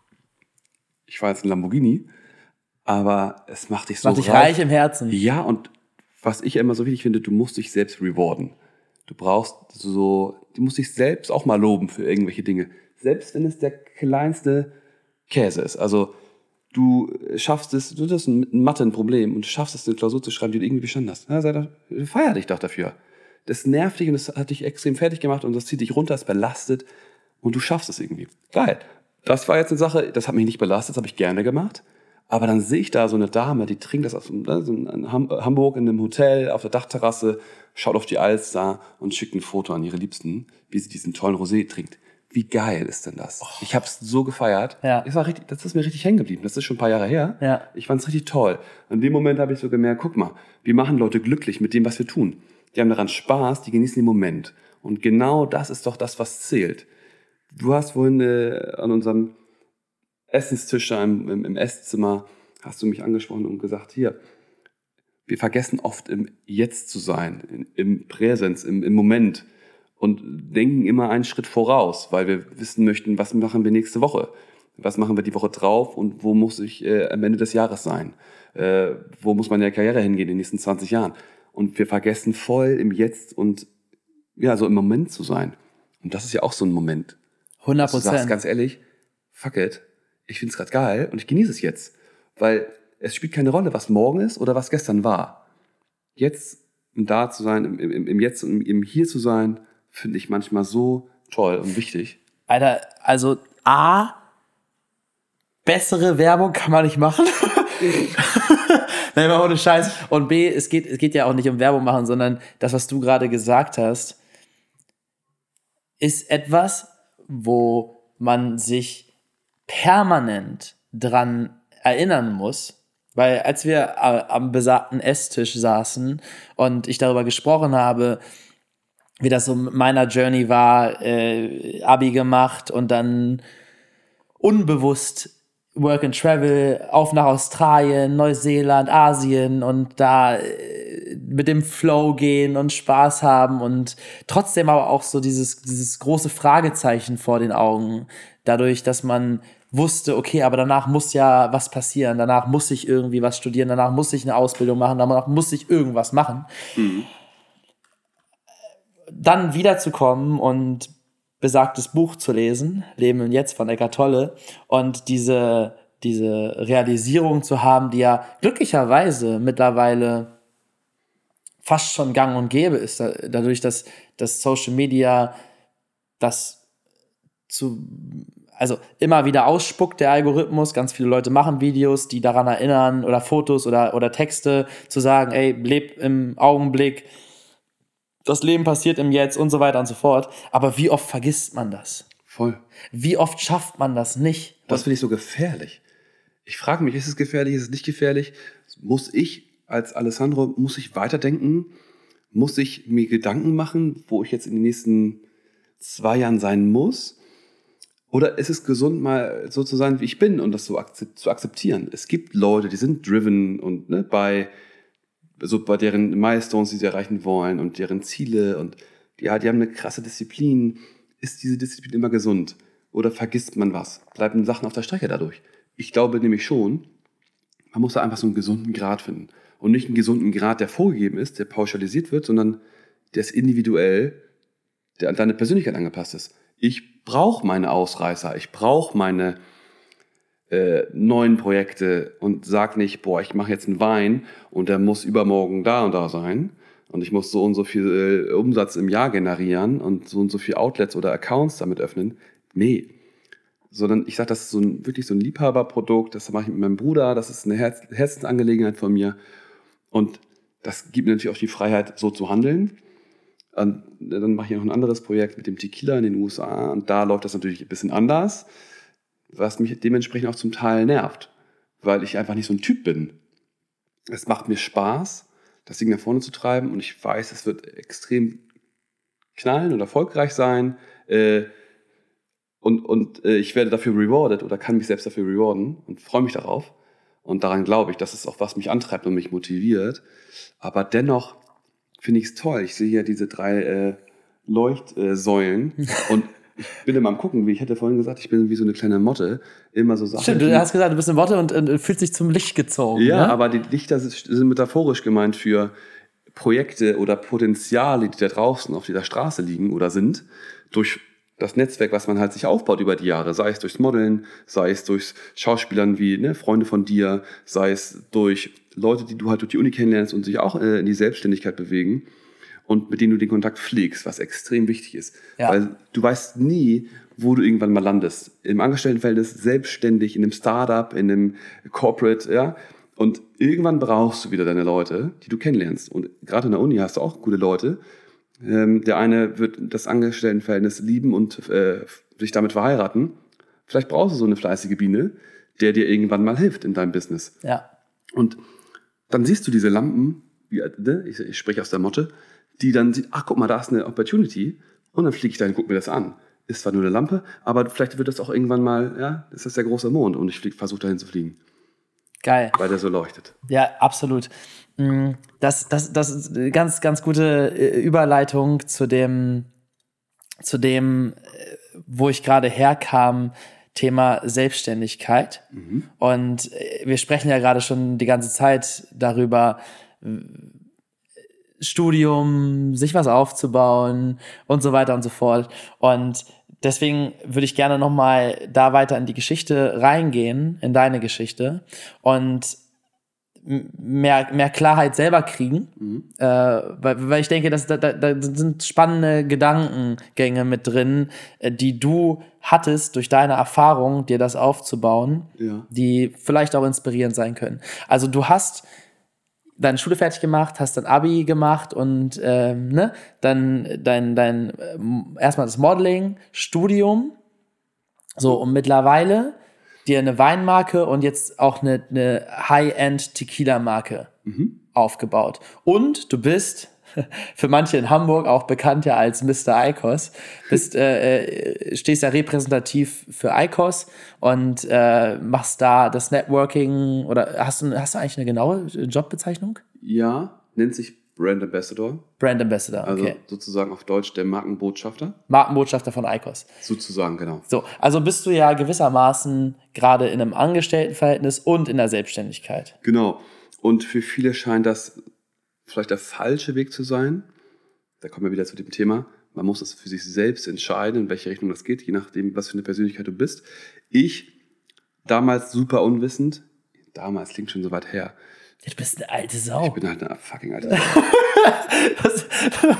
ich fahre jetzt ein Lamborghini, aber es macht dich so Macht dich reich. reich im Herzen. Ja, und was ich immer so wichtig finde, du musst dich selbst rewarden. Du brauchst so, du musst dich selbst auch mal loben für irgendwelche Dinge. Selbst wenn es der kleinste Käse ist. Also du schaffst es, du hast mit Mathe ein Problem und du schaffst es, eine Klausur zu schreiben, die du irgendwie bestanden hast. Ja, sei doch, feier dich doch dafür. Das nervt dich und das hat dich extrem fertig gemacht und das zieht dich runter, es belastet und du schaffst es irgendwie. Geil. Das war jetzt eine Sache, das hat mich nicht belastet, das habe ich gerne gemacht. Aber dann sehe ich da so eine Dame, die trinkt das aus so in Hamburg in einem Hotel auf der Dachterrasse, schaut auf die Alster und schickt ein Foto an ihre Liebsten, wie sie diesen tollen Rosé trinkt. Wie geil ist denn das? Oh. Ich habe es so gefeiert. Ja. Das, war richtig, das ist mir richtig hängen geblieben. Das ist schon ein paar Jahre her. Ja. Ich fand es richtig toll. In dem Moment habe ich so gemerkt, guck mal, wir machen Leute glücklich mit dem, was wir tun. Die haben daran Spaß, die genießen den Moment. Und genau das ist doch das, was zählt. Du hast vorhin äh, an unserem Essenstisch da im, im, im Esszimmer, hast du mich angesprochen und gesagt, hier, wir vergessen oft im Jetzt zu sein, in, im Präsens, im, im Moment und denken immer einen Schritt voraus, weil wir wissen möchten, was machen wir nächste Woche, was machen wir die Woche drauf und wo muss ich äh, am Ende des Jahres sein, äh, wo muss meine Karriere hingehen in den nächsten zwanzig Jahren. Und wir vergessen voll im Jetzt und ja, so im Moment zu sein. Und das ist ja auch so ein Moment. hundert Du sagst Prozent. ganz ehrlich, fuck it, ich find's gerade geil und ich genieße es jetzt. Weil es spielt keine Rolle, was morgen ist oder was gestern war. Jetzt im Da zu sein, im, im, im Jetzt und im Hier zu sein, finde ich manchmal so toll und wichtig. Alter, also A, bessere Werbung kann man nicht machen. Nein, mal ohne Scheiß. Und B, es geht, es geht ja auch nicht um Werbung machen, sondern das, was du gerade gesagt hast, ist etwas, wo man sich permanent dran erinnern muss. Weil als wir am besagten Esstisch saßen und ich darüber gesprochen habe, wie das so mit meiner Journey war, äh, Abi gemacht und dann unbewusst Work and Travel, auf nach Australien, Neuseeland, Asien und da äh, mit dem Flow gehen und Spaß haben und trotzdem aber auch so dieses, dieses große Fragezeichen vor den Augen, dadurch, dass man wusste, okay, aber danach muss ja was passieren, danach muss ich irgendwie was studieren, danach muss ich eine Ausbildung machen, danach muss ich irgendwas machen. Mhm. Dann wiederzukommen und besagtes Buch zu lesen, Leben im Jetzt von Eckhart Tolle, und diese, diese Realisierung zu haben, die ja glücklicherweise mittlerweile fast schon gang und gäbe ist, dadurch, dass, dass Social Media das zu also immer wieder ausspuckt, der Algorithmus. Ganz viele Leute machen Videos, die daran erinnern oder Fotos oder, oder Texte zu sagen, ey, leb im Augenblick, das Leben passiert im Jetzt und so weiter und so fort. Aber wie oft vergisst man das? Voll. Wie oft schafft man das nicht? Das finde ich so gefährlich. Ich frage mich, ist es gefährlich, ist es nicht gefährlich? Muss ich als Alessandro, muss ich weiterdenken? Muss ich mir Gedanken machen, wo ich jetzt in den nächsten zwei Jahren sein muss? Oder ist es gesund, mal so zu sein, wie ich bin und das so akzept, zu akzeptieren? Es gibt Leute, die sind driven und ne, bei, so bei deren Milestones, die sie erreichen wollen und deren Ziele und ja, die haben eine krasse Disziplin. Ist diese Disziplin immer gesund? Oder vergisst man was? Bleiben Sachen auf der Strecke dadurch? Ich glaube nämlich schon, man muss da einfach so einen gesunden Grad finden. Und nicht einen gesunden Grad, der vorgegeben ist, der pauschalisiert wird, sondern der ist individuell, der an deine Persönlichkeit angepasst ist. Ich brauche meine Ausreißer, ich brauche meine äh, neuen Projekte und sag nicht, boah, ich mache jetzt einen Wein und der muss übermorgen da und da sein und ich muss so und so viel äh, Umsatz im Jahr generieren und so und so viele Outlets oder Accounts damit öffnen. Nee. Sondern ich sage, das ist so ein, wirklich so ein Liebhaberprodukt, das mache ich mit meinem Bruder, das ist eine Herz- Herzensangelegenheit von mir. Und das gibt mir natürlich auch die Freiheit, so zu handeln. Und dann mache ich noch ein anderes Projekt mit dem Tequila in den U S A. Und da läuft das natürlich ein bisschen anders, was mich dementsprechend auch zum Teil nervt, weil ich einfach nicht so ein Typ bin. Es macht mir Spaß, das Ding nach vorne zu treiben. Und ich weiß, es wird extrem knallen und erfolgreich sein. Und, und ich werde dafür rewarded oder kann mich selbst dafür rewarden und freue mich darauf. Und daran glaube ich, das ist auch, was mich antreibt und mich motiviert. Aber dennoch finde ich es toll. Ich sehe hier diese drei äh, Leuchtsäulen äh, und ich bin immer am gucken, wie ich hätte vorhin gesagt, ich bin wie so eine kleine Motte. Immer so Sachen. Stimmt, du hast gesagt, du bist eine Motte und, und fühlst dich zum Licht gezogen. Ja, ne? aber die Lichter sind metaphorisch gemeint für Projekte oder Potenziale, die da draußen auf dieser Straße liegen oder sind, durch das Netzwerk, was man halt sich aufbaut über die Jahre, sei es durchs Modeln, sei es durch Schauspielern wie ne, Freunde von dir, sei es durch Leute, die du halt durch die Uni kennenlernst und sich auch äh, in die Selbstständigkeit bewegen und mit denen du den Kontakt pflegst, was extrem wichtig ist. Ja. Weil du weißt nie, wo du irgendwann mal landest. Im Angestelltenverhältnis, selbstständig, in einem Startup, in einem Corporate, ja. Und irgendwann brauchst du wieder deine Leute, die du kennenlernst. Und gerade in der Uni hast du auch gute Leute. Ähm, der eine wird das Angestelltenverhältnis lieben und äh, sich damit verheiraten. Vielleicht brauchst du so eine fleißige Biene, der dir irgendwann mal hilft in deinem Business. Ja. Und dann siehst du diese Lampen, wie, ne, ich, ich spreche aus der Motte, die dann sieht, ach guck mal, da ist eine Opportunity und dann fliege ich da und guck mir das an. Ist zwar nur eine Lampe, aber vielleicht wird das auch irgendwann mal, ja, das ist der große Mond und ich versuche dahin zu fliegen. Geil. Weil der so leuchtet. Ja, absolut. Das, das, das ist eine ganz, ganz gute Überleitung zu dem, zu dem, wo ich gerade herkam, Thema Selbstständigkeit. Mhm. Und wir sprechen ja gerade schon die ganze Zeit darüber, Studium, sich was aufzubauen und so weiter und so fort. Und deswegen würde ich gerne nochmal da weiter in die Geschichte reingehen, in deine Geschichte und mehr, mehr Klarheit selber kriegen, mhm. äh, weil, weil ich denke, dass da, da, da sind spannende Gedankengänge mit drin, die du hattest durch deine Erfahrung, dir das aufzubauen, ja. die vielleicht auch inspirierend sein können. Also du hast deine Schule fertig gemacht, hast dein Abi gemacht und ähm, ne, dann dein, dein ähm, erstmal das Modeling, Studium, so und mittlerweile dir eine Weinmarke und jetzt auch eine, eine High-End-Tequila-Marke mhm. aufgebaut. Und du bist für manche in Hamburg auch bekannt ja als Mister Eikos. Bist, äh, stehst ja repräsentativ für Eikos und äh, machst da das Networking oder hast du, hast du eigentlich eine genaue Jobbezeichnung? Ja, nennt sich Brand Ambassador. Brand Ambassador, okay. Also sozusagen auf Deutsch der Markenbotschafter. Markenbotschafter von Eikos. Sozusagen, genau. So, also bist du ja gewissermaßen gerade in einem Angestelltenverhältnis und in der Selbstständigkeit. Genau. Und für viele scheint das vielleicht der falsche Weg zu sein. Da kommen wir wieder zu dem Thema. Man muss es für sich selbst entscheiden, in welche Richtung das geht, je nachdem, was für eine Persönlichkeit du bist. Ich, damals super unwissend, damals klingt schon so weit her. Du bist eine alte Sau. Ich bin halt eine fucking alte Sau.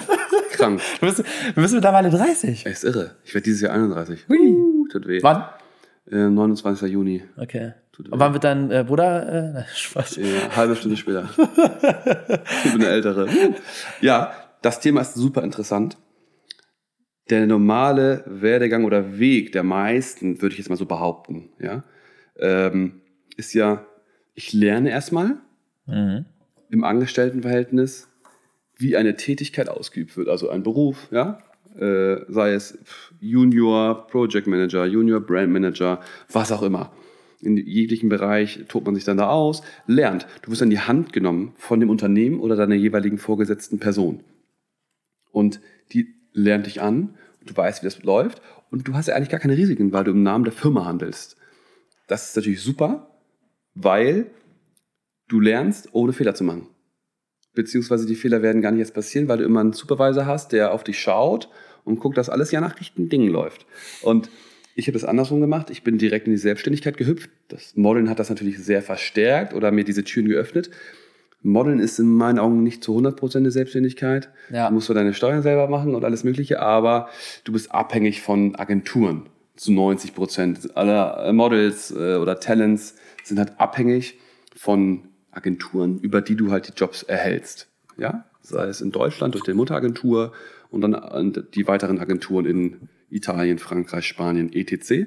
Krank. Du bist, du bist mittlerweile dreißig. Er ist irre. Ich werde dieses Jahr einunddreißig. Hui. Uh, tut weh. Wann? Äh, neunundzwanzigster Juni. Okay. Und wann wird dein äh, Bruder? Äh, Spaß. Ja, halbe Stunde später. Ich bin der Ältere. Ja, das Thema ist super interessant. Der normale Werdegang oder Weg der meisten, würde ich jetzt mal so behaupten, ja, ähm, ist ja, ich lerne erstmal mhm. im Angestelltenverhältnis, wie eine Tätigkeit ausgeübt wird, also ein Beruf, ja, äh, sei es Junior Project Manager, Junior Brand Manager, was auch immer. In jeglichen Bereich tobt man sich dann da aus, lernt. Du wirst an die Hand genommen von dem Unternehmen oder deiner jeweiligen vorgesetzten Person. Und die lernt dich an, du weißt, wie das läuft und du hast ja eigentlich gar keine Risiken, weil du im Namen der Firma handelst. Das ist natürlich super, weil du lernst, ohne Fehler zu machen. Beziehungsweise die Fehler werden gar nicht erst passieren, weil du immer einen Supervisor hast, der auf dich schaut und guckt, dass alles ja nach richtigen Dingen läuft. Und ich habe das andersrum gemacht. Ich bin direkt in die Selbstständigkeit gehüpft. Das Modeln hat das natürlich sehr verstärkt oder mir diese Türen geöffnet. Modeln ist in meinen Augen nicht zu hundert Prozent eine Selbstständigkeit. Ja. Du musst zwar deine Steuern selber machen und alles Mögliche, aber du bist abhängig von Agenturen zu neunzig Prozent. Alle Models oder Talents sind halt abhängig von Agenturen, über die du halt die Jobs erhältst. Ja? Sei es in Deutschland durch die Mutteragentur und dann die weiteren Agenturen in Italien, Frankreich, Spanien, et cetera.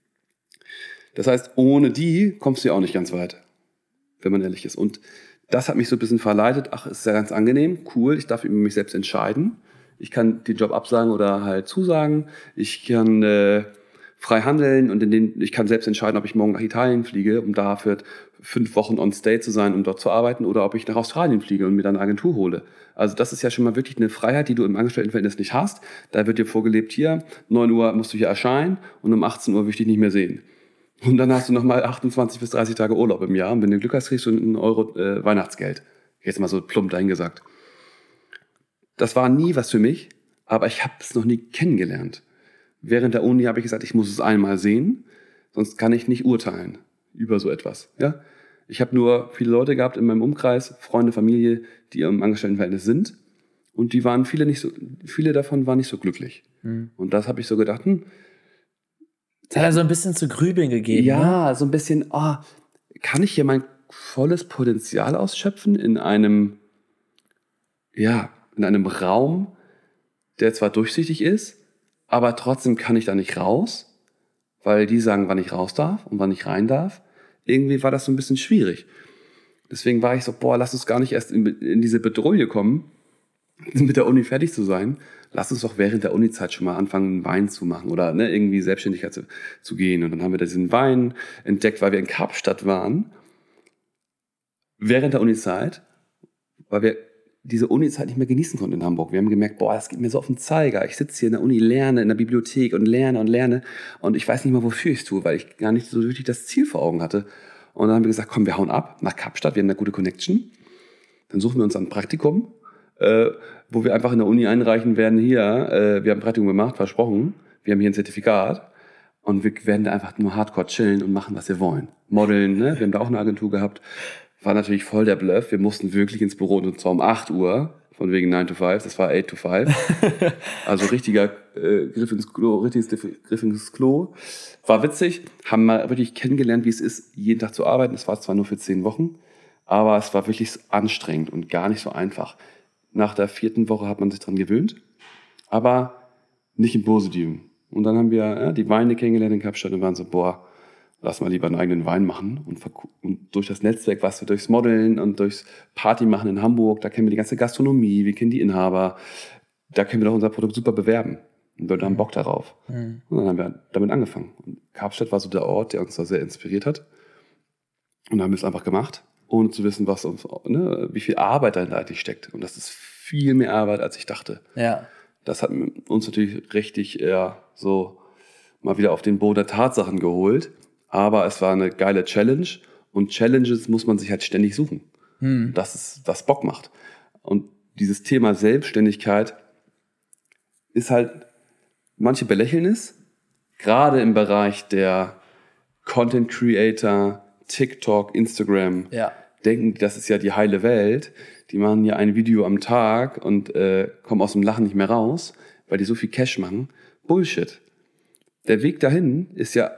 Das heißt, ohne die kommst du ja auch nicht ganz weit, wenn man ehrlich ist. Und das hat mich so ein bisschen verleitet. Ach, ist ja ganz angenehm, cool, ich darf über mich selbst entscheiden. Ich kann den Job absagen oder halt zusagen. Ich kann äh, frei handeln und in den, ich kann selbst entscheiden, ob ich morgen nach Italien fliege, um da für fünf Wochen on stay zu sein, um dort zu arbeiten, oder ob ich nach Australien fliege und mir dann eine Agentur hole. Also das ist ja schon mal wirklich eine Freiheit, die du im Angestelltenverhältnis nicht hast. Da wird dir vorgelebt, hier, neun Uhr musst du hier erscheinen und um achtzehn Uhr will ich dich nicht mehr sehen. Und dann hast du nochmal achtundzwanzig bis dreißig Tage Urlaub im Jahr und wenn du Glück hast, kriegst du einen Euro äh, Weihnachtsgeld. Jetzt mal so plump dahingesagt. Das war nie was für mich, aber ich habe es noch nie kennengelernt. Während der Uni habe ich gesagt, ich muss es einmal sehen, sonst kann ich nicht urteilen über so etwas. Ja? Ich habe nur viele Leute gehabt in meinem Umkreis, Freunde, Familie, die im Angestelltenverhältnis sind und die waren viele nicht so, viele davon waren nicht so glücklich. Mhm. Und das habe ich so gedacht, hm, das hat ja so ein bisschen zu grübeln gegeben. Ja, ne? so ein bisschen, oh, kann ich hier mein volles Potenzial ausschöpfen in einem, ja, in einem Raum, der zwar durchsichtig ist, aber trotzdem kann ich da nicht raus, weil die sagen, wann ich raus darf und wann ich rein darf. Irgendwie war das so ein bisschen schwierig. Deswegen war ich so, boah, lass uns gar nicht erst in, in diese Bedrohung kommen, mit der Uni fertig zu sein. Lass uns doch während der Uni-Zeit schon mal anfangen, Wein zu machen oder ne, irgendwie Selbstständigkeit zu, zu gehen. Und dann haben wir diesen Wein entdeckt, weil wir in Kapstadt waren, während der Uni-Zeit, weil wir diese Uni-Zeit nicht mehr genießen konnten in Hamburg. Wir haben gemerkt, boah, das geht mir so auf den Zeiger. Ich sitze hier in der Uni, lerne in der Bibliothek und lerne und lerne und ich weiß nicht mal, wofür ich es tue, weil ich gar nicht so wirklich das Ziel vor Augen hatte. Und dann haben wir gesagt, komm, wir hauen ab nach Kapstadt, wir haben eine gute Connection. Dann suchen wir uns ein Praktikum, äh, wo wir einfach in der Uni einreichen werden, hier, äh, wir haben ein Praktikum gemacht, versprochen, wir haben hier ein Zertifikat und wir werden da einfach nur hardcore chillen und machen, was wir wollen. Modeln, ne? Wir haben da auch eine Agentur gehabt. War natürlich voll der Bluff. Wir mussten wirklich ins Büro und zwar um acht Uhr, von wegen nine to five, das war eight to five. Also richtiger äh, Griff ins Klo, richtiges Griff ins Klo. War witzig, haben mal wirklich kennengelernt, wie es ist, jeden Tag zu arbeiten. Es war zwar nur für zehn Wochen, aber es war wirklich anstrengend und gar nicht so einfach. Nach der vierten Woche hat man sich dran gewöhnt, aber nicht im Positiven. Und dann haben wir ja, die Weine kennengelernt in Kapstadt und waren so, boah, lass mal lieber einen eigenen Wein machen. Und, und durch das Netzwerk, was wir durchs Modeln und durchs Party machen in Hamburg, da kennen wir die ganze Gastronomie, wir kennen die Inhaber, da können wir doch unser Produkt super bewerben. Und wir haben Bock darauf. Mhm. Und dann haben wir damit angefangen. Und Kapstadt war so der Ort, der uns da sehr inspiriert hat. Und dann haben wir es einfach gemacht, ohne zu wissen, was uns, ne, wie viel Arbeit dahinter eigentlich steckt. Und das ist viel mehr Arbeit, als ich dachte. Ja. Das hat uns natürlich richtig eher so mal wieder auf den Boden der Tatsachen geholt. Aber es war eine geile Challenge und Challenges muss man sich halt ständig suchen. Hm. Das ist, was Bock macht. Und dieses Thema Selbstständigkeit ist halt, manche belächeln es, gerade im Bereich der Content Creator, TikTok, Instagram, ja. denken, das ist ja die heile Welt. Die machen ja ein Video am Tag und äh, kommen aus dem Lachen nicht mehr raus, weil die so viel Cash machen. Bullshit. Der Weg dahin ist ja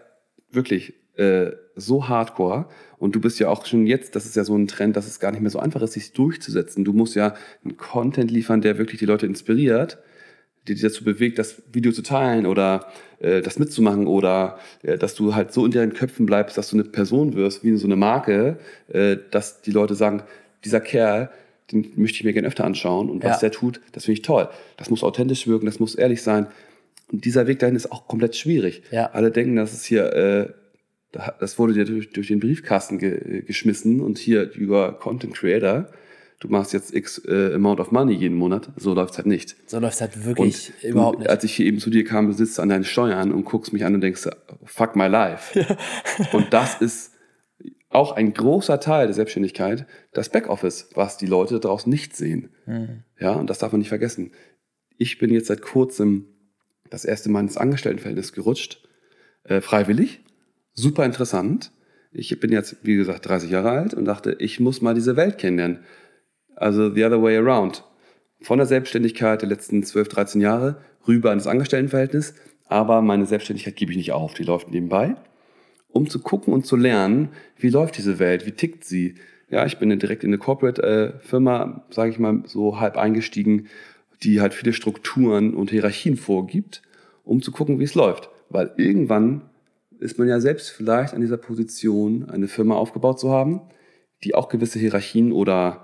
wirklich äh, so hardcore. Und du bist ja auch schon jetzt, das ist ja so ein Trend, dass es gar nicht mehr so einfach ist, sich durchzusetzen. Du musst ja einen Content liefern, der wirklich die Leute inspiriert, die dich dazu bewegt, das Video zu teilen oder äh, das mitzumachen oder äh, dass du halt so in deren Köpfen bleibst, dass du eine Person wirst, wie so eine Marke, äh, dass die Leute sagen, dieser Kerl, den möchte ich mir gerne öfter anschauen und was Ja. der tut, das finde ich toll. Das muss authentisch wirken, das muss ehrlich sein. Und dieser Weg dahin ist auch komplett schwierig. Ja. Alle denken, dass es hier, äh, das wurde dir durch, durch den Briefkasten ge, geschmissen und hier, you are Content Creator, du machst jetzt x äh, Amount of Money jeden Monat. So läuft es halt nicht. So läuft es halt wirklich und überhaupt du, nicht. Als ich hier eben zu dir kam, du sitzt an deinen Steuern und guckst mich an und denkst, fuck my life. Ja. Und das ist auch ein großer Teil der Selbstständigkeit, das Backoffice, was die Leute da draußen nicht sehen. Mhm. Ja, und das darf man nicht vergessen. Ich bin jetzt seit kurzem das erste Mal ins Angestelltenverhältnis gerutscht, äh, freiwillig, super interessant. Ich bin jetzt, wie gesagt, dreißig Jahre alt und dachte, ich muss mal diese Welt kennenlernen. Also the other way around. Von der Selbstständigkeit der letzten zwölf, dreizehn Jahre rüber ins Angestelltenverhältnis, aber meine Selbstständigkeit gebe ich nicht auf, die läuft nebenbei, um zu gucken und zu lernen, wie läuft diese Welt, wie tickt sie. Ja, ich bin direkt in eine Corporate-Firma, äh, sage ich mal, so halb eingestiegen, die halt viele Strukturen und Hierarchien vorgibt, um zu gucken, wie es läuft. Weil irgendwann ist man ja selbst vielleicht an dieser Position, eine Firma aufgebaut zu haben, die auch gewisse Hierarchien oder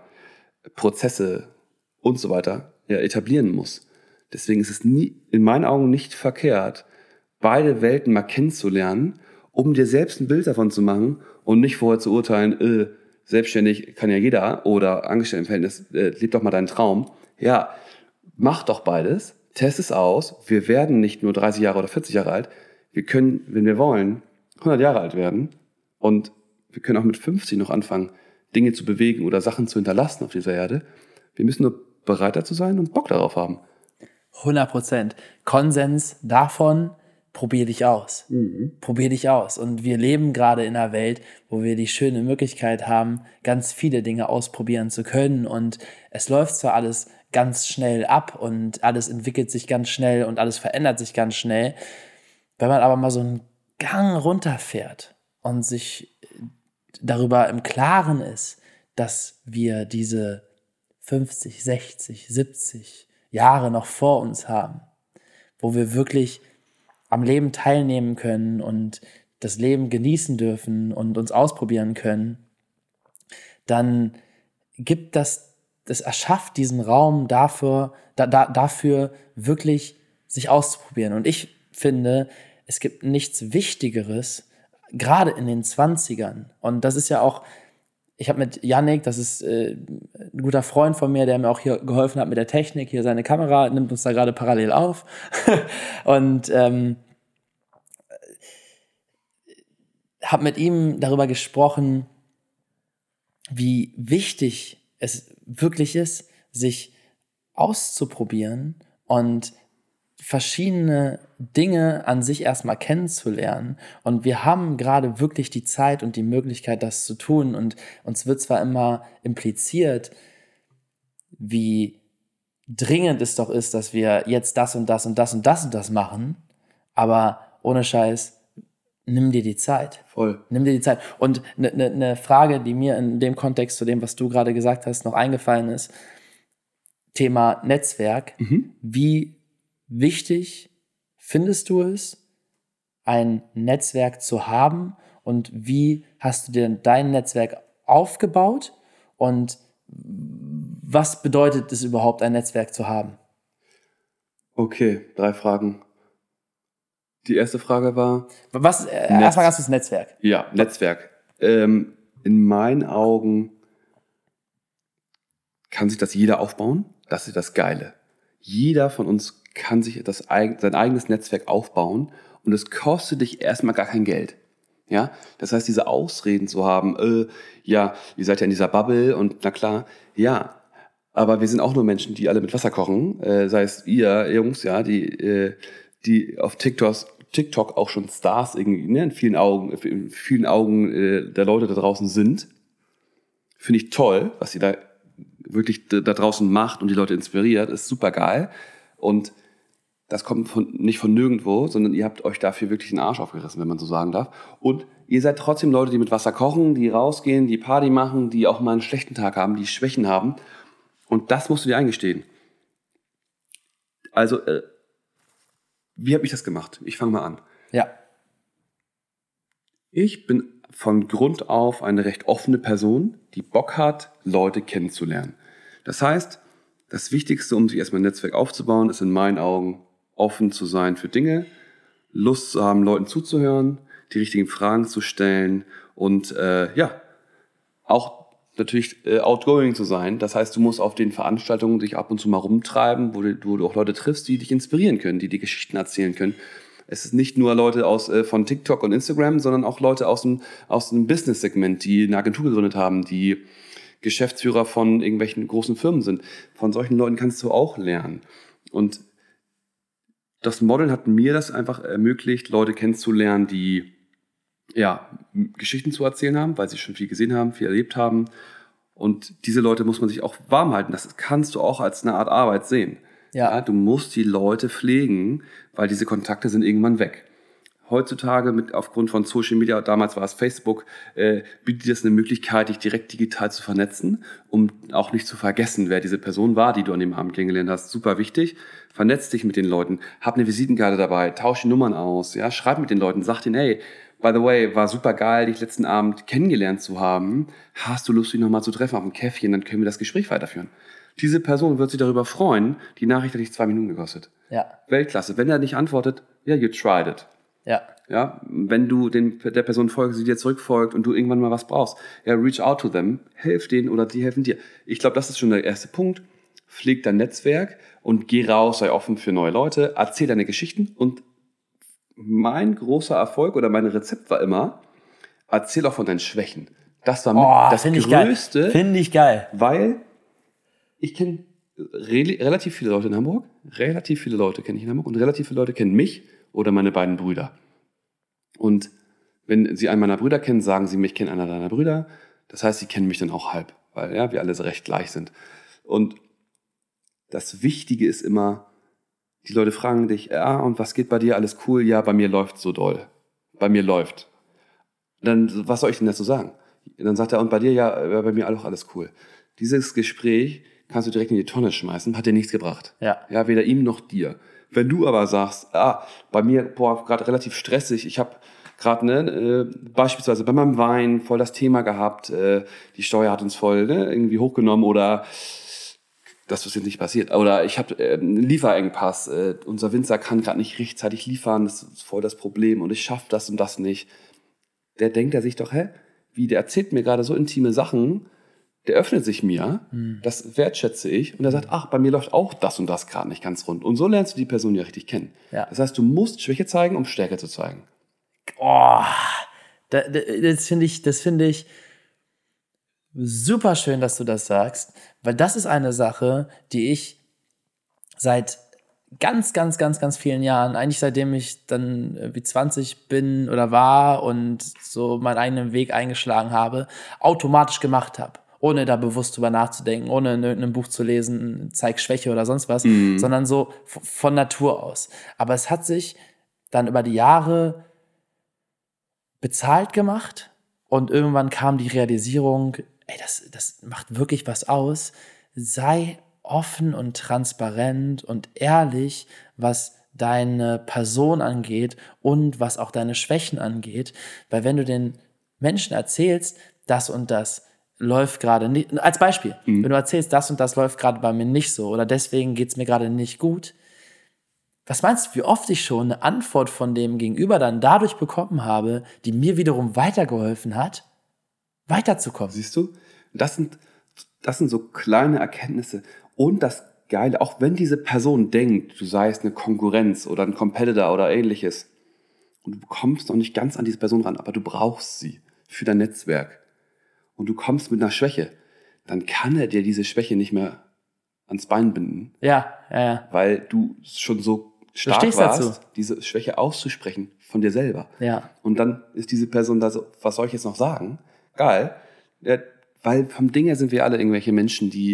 Prozesse und so weiter ja, etablieren muss. Deswegen ist es nie, in meinen Augen nicht verkehrt, beide Welten mal kennenzulernen, um dir selbst ein Bild davon zu machen und nicht vorher zu urteilen, äh, selbstständig kann ja jeder oder Angestelltenverhältnis, äh, leb doch mal deinen Traum. Ja, mach doch beides, test es aus. Wir werden nicht nur dreißig Jahre oder vierzig Jahre alt, wir können, wenn wir wollen, hundert Jahre alt werden und wir können auch mit fünfzig noch anfangen, Dinge zu bewegen oder Sachen zu hinterlassen auf dieser Erde. Wir müssen nur bereit dazu sein und Bock darauf haben. hundert Prozent. Konsens davon, probier dich aus. Mhm. Probier dich aus. Und wir leben gerade in einer Welt, wo wir die schöne Möglichkeit haben, ganz viele Dinge ausprobieren zu können. Und es läuft zwar alles ganz schnell ab und alles entwickelt sich ganz schnell und alles verändert sich ganz schnell. Wenn man aber mal so einen Gang runterfährt und sich darüber im Klaren ist, dass wir diese fünfzig, sechzig, siebzig Jahre noch vor uns haben, wo wir wirklich am Leben teilnehmen können und das Leben genießen dürfen und uns ausprobieren können, dann gibt das, das erschafft diesen Raum dafür, da, da, dafür wirklich sich auszuprobieren. Und ich finde, es gibt nichts Wichtigeres, gerade in den zwanzigern. Und das ist ja auch, ich habe mit Yannick, das ist äh, ein guter Freund von mir, der mir auch hier geholfen hat mit der Technik, hier seine Kamera, nimmt uns da gerade parallel auf. Und ähm, habe mit ihm darüber gesprochen, wie wichtig es wirklich ist, sich auszuprobieren und verschiedene Dinge an sich erstmal kennenzulernen. Und wir haben gerade wirklich die Zeit und die Möglichkeit, das zu tun. Und uns wird zwar immer impliziert, wie dringend es doch ist, dass wir jetzt das und das und das und das und das machen, aber ohne Scheiß, nimm dir die Zeit. Voll. Nimm dir die Zeit. Und eine ne, ne Frage, die mir in dem Kontext zu dem, was du gerade gesagt hast, noch eingefallen ist, Thema Netzwerk. Mhm. Wie wichtig findest du es, ein Netzwerk zu haben, und wie hast du dir dein Netzwerk aufgebaut und was bedeutet es überhaupt, ein Netzwerk zu haben? Okay, drei Fragen. Die erste Frage war... Was, äh, Netz- erstmal ganz kurz Netzwerk. Ja, Netzwerk. Ähm, in meinen Augen kann sich das jeder aufbauen. Das ist das Geile. Jeder von uns kann sich das, sein eigenes Netzwerk aufbauen und es kostet dich erstmal gar kein Geld. Ja, das heißt, diese Ausreden zu haben, äh, ja, ihr seid ja in dieser Bubble und na klar, ja, aber wir sind auch nur Menschen, die alle mit Wasser kochen, äh, sei es ihr Jungs, ja, die, äh, die auf TikToks, TikTok auch schon Stars irgendwie, ne, in vielen Augen, in vielen Augen äh, der Leute da draußen sind. Finde ich toll, was ihr da wirklich da draußen macht und die Leute inspiriert, ist super geil. Und das kommt von, nicht von nirgendwo, sondern ihr habt euch dafür wirklich den Arsch aufgerissen, wenn man so sagen darf. Und ihr seid trotzdem Leute, die mit Wasser kochen, die rausgehen, die Party machen, die auch mal einen schlechten Tag haben, die Schwächen haben. Und das musst du dir eingestehen. Also, äh, wie habe ich das gemacht? Ich fange mal an. Ja. Ich bin von Grund auf eine recht offene Person, die Bock hat, Leute kennenzulernen. Das heißt, das Wichtigste, um sich erstmal ein Netzwerk aufzubauen, ist in meinen Augen, offen zu sein für Dinge, Lust zu haben, Leuten zuzuhören, die richtigen Fragen zu stellen und äh, ja, auch natürlich äh, outgoing zu sein. Das heißt, du musst auf den Veranstaltungen dich ab und zu mal rumtreiben, wo du, wo du auch Leute triffst, die dich inspirieren können, die dir Geschichten erzählen können. Es ist nicht nur Leute aus, äh, von TikTok und Instagram, sondern auch Leute aus dem, aus dem Business-Segment, die eine Agentur gegründet haben, die Geschäftsführer von irgendwelchen großen Firmen sind. Von solchen Leuten kannst du auch lernen. Und das Modeln hat mir das einfach ermöglicht, Leute kennenzulernen, die ja, Geschichten zu erzählen haben, weil sie schon viel gesehen haben, viel erlebt haben. Und diese Leute muss man sich auch warm halten. Das kannst du auch als eine Art Arbeit sehen. Ja. Ja, du musst die Leute pflegen, weil diese Kontakte sind irgendwann weg. Heutzutage, mit, aufgrund von Social Media, damals war es Facebook, äh, bietet das eine Möglichkeit, dich direkt digital zu vernetzen, um auch nicht zu vergessen, wer diese Person war, die du an dem Abend kennengelernt hast. Super wichtig. Vernetz dich mit den Leuten, hab eine Visitenkarte dabei, tausch die Nummern aus, ja, schreib mit den Leuten, sag denen, hey, by the way, war super geil, dich letzten Abend kennengelernt zu haben. Hast du Lust, dich nochmal zu treffen auf ein Käffchen, dann können wir das Gespräch weiterführen. Diese Person wird sich darüber freuen, die Nachricht hat dich zwei Minuten gekostet. Ja. Weltklasse. Wenn er nicht antwortet, ja, you tried it. Ja. Ja, wenn du den, der Person folgst, sie dir zurückfolgt und du irgendwann mal was brauchst, ja, reach out to them, helf denen oder die helfen dir. Ich glaube, das ist schon der erste Punkt. Pfleg dein Netzwerk und geh raus, sei offen für neue Leute, erzähl deine Geschichten. Und mein großer Erfolg oder mein Rezept war immer, erzähl auch von deinen Schwächen. Das war mit Oh, das find ich Größte. geil. Finde ich geil. Weil ich kenne re- relativ viele Leute in Hamburg, relativ viele Leute kenne ich in Hamburg und relativ viele Leute kennen mich oder meine beiden Brüder. Und wenn sie einen meiner Brüder kennen, sagen sie, mich kennt einer deiner Brüder. Das heißt, sie kennen mich dann auch halb, weil ja, wir alle so recht gleich sind. Und das Wichtige ist immer, die Leute fragen dich, ja, und was geht bei dir? Alles cool? Ja, bei mir läuft so doll. Bei mir läuft. Dann, was soll ich denn dazu sagen? Dann sagt er, und bei dir? Ja, bei mir auch alles cool. Dieses Gespräch kannst du direkt in die Tonne schmeißen, hat dir nichts gebracht. Ja. Ja, weder ihm noch dir. Wenn du aber sagst, ah, bei mir, boah, gerade relativ stressig, ich habe gerade, ne, äh, beispielsweise bei meinem Wein voll das Thema gehabt, äh, die Steuer hat uns voll ne, irgendwie hochgenommen oder das ist jetzt nicht passiert. Oder ich habe äh, einen Lieferengpass, äh, unser Winzer kann gerade nicht rechtzeitig liefern, das ist voll das Problem und ich schaffe das und das nicht. Der denkt er sich doch, hä, wie, der erzählt mir gerade so intime Sachen, der öffnet sich mir, mhm. das wertschätze ich und er sagt, ach, bei mir läuft auch das und das gerade nicht ganz rund. Und so lernst du die Person ja richtig kennen. Ja. Das heißt, du musst Schwäche zeigen, um Stärke zu zeigen. Oh, da, da, das finde ich, das finde ich super schön, dass du das sagst, weil das ist eine Sache, die ich seit ganz, ganz, ganz, ganz vielen Jahren, eigentlich seitdem ich dann wie zwanzig bin oder war und so meinen eigenen Weg eingeschlagen habe, automatisch gemacht habe. Ohne da bewusst drüber nachzudenken, ohne in irgendeinem Buch zu lesen, zeig Schwäche oder sonst was, mhm. sondern so von Natur aus. Aber es hat sich dann über die Jahre bezahlt gemacht und irgendwann kam die Realisierung, ey, das, das macht wirklich was aus. Sei offen und transparent und ehrlich, was deine Person angeht und was auch deine Schwächen angeht. Weil wenn du den Menschen erzählst, das und das läuft gerade nicht, als Beispiel, mhm. wenn du erzählst, das und das läuft gerade bei mir nicht so oder deswegen geht es mir gerade nicht gut, was meinst du, wie oft ich schon eine Antwort von dem Gegenüber dann dadurch bekommen habe, die mir wiederum weitergeholfen hat, weiterzukommen? Siehst du, das sind, das sind so kleine Erkenntnisse. Und das Geile, auch wenn diese Person denkt, du seist eine Konkurrenz oder ein Competitor oder ähnliches, und du kommst noch nicht ganz an diese Person ran, aber du brauchst sie für dein Netzwerk und du kommst mit einer Schwäche, dann kann er dir diese Schwäche nicht mehr ans Bein binden. Ja, ja, ja. Weil du schon so stark warst, dazu. diese Schwäche auszusprechen von dir selber. Ja. Und dann ist diese Person da so, was soll ich jetzt noch sagen? Geil. Ja, weil vom Ding her sind wir alle irgendwelche Menschen, die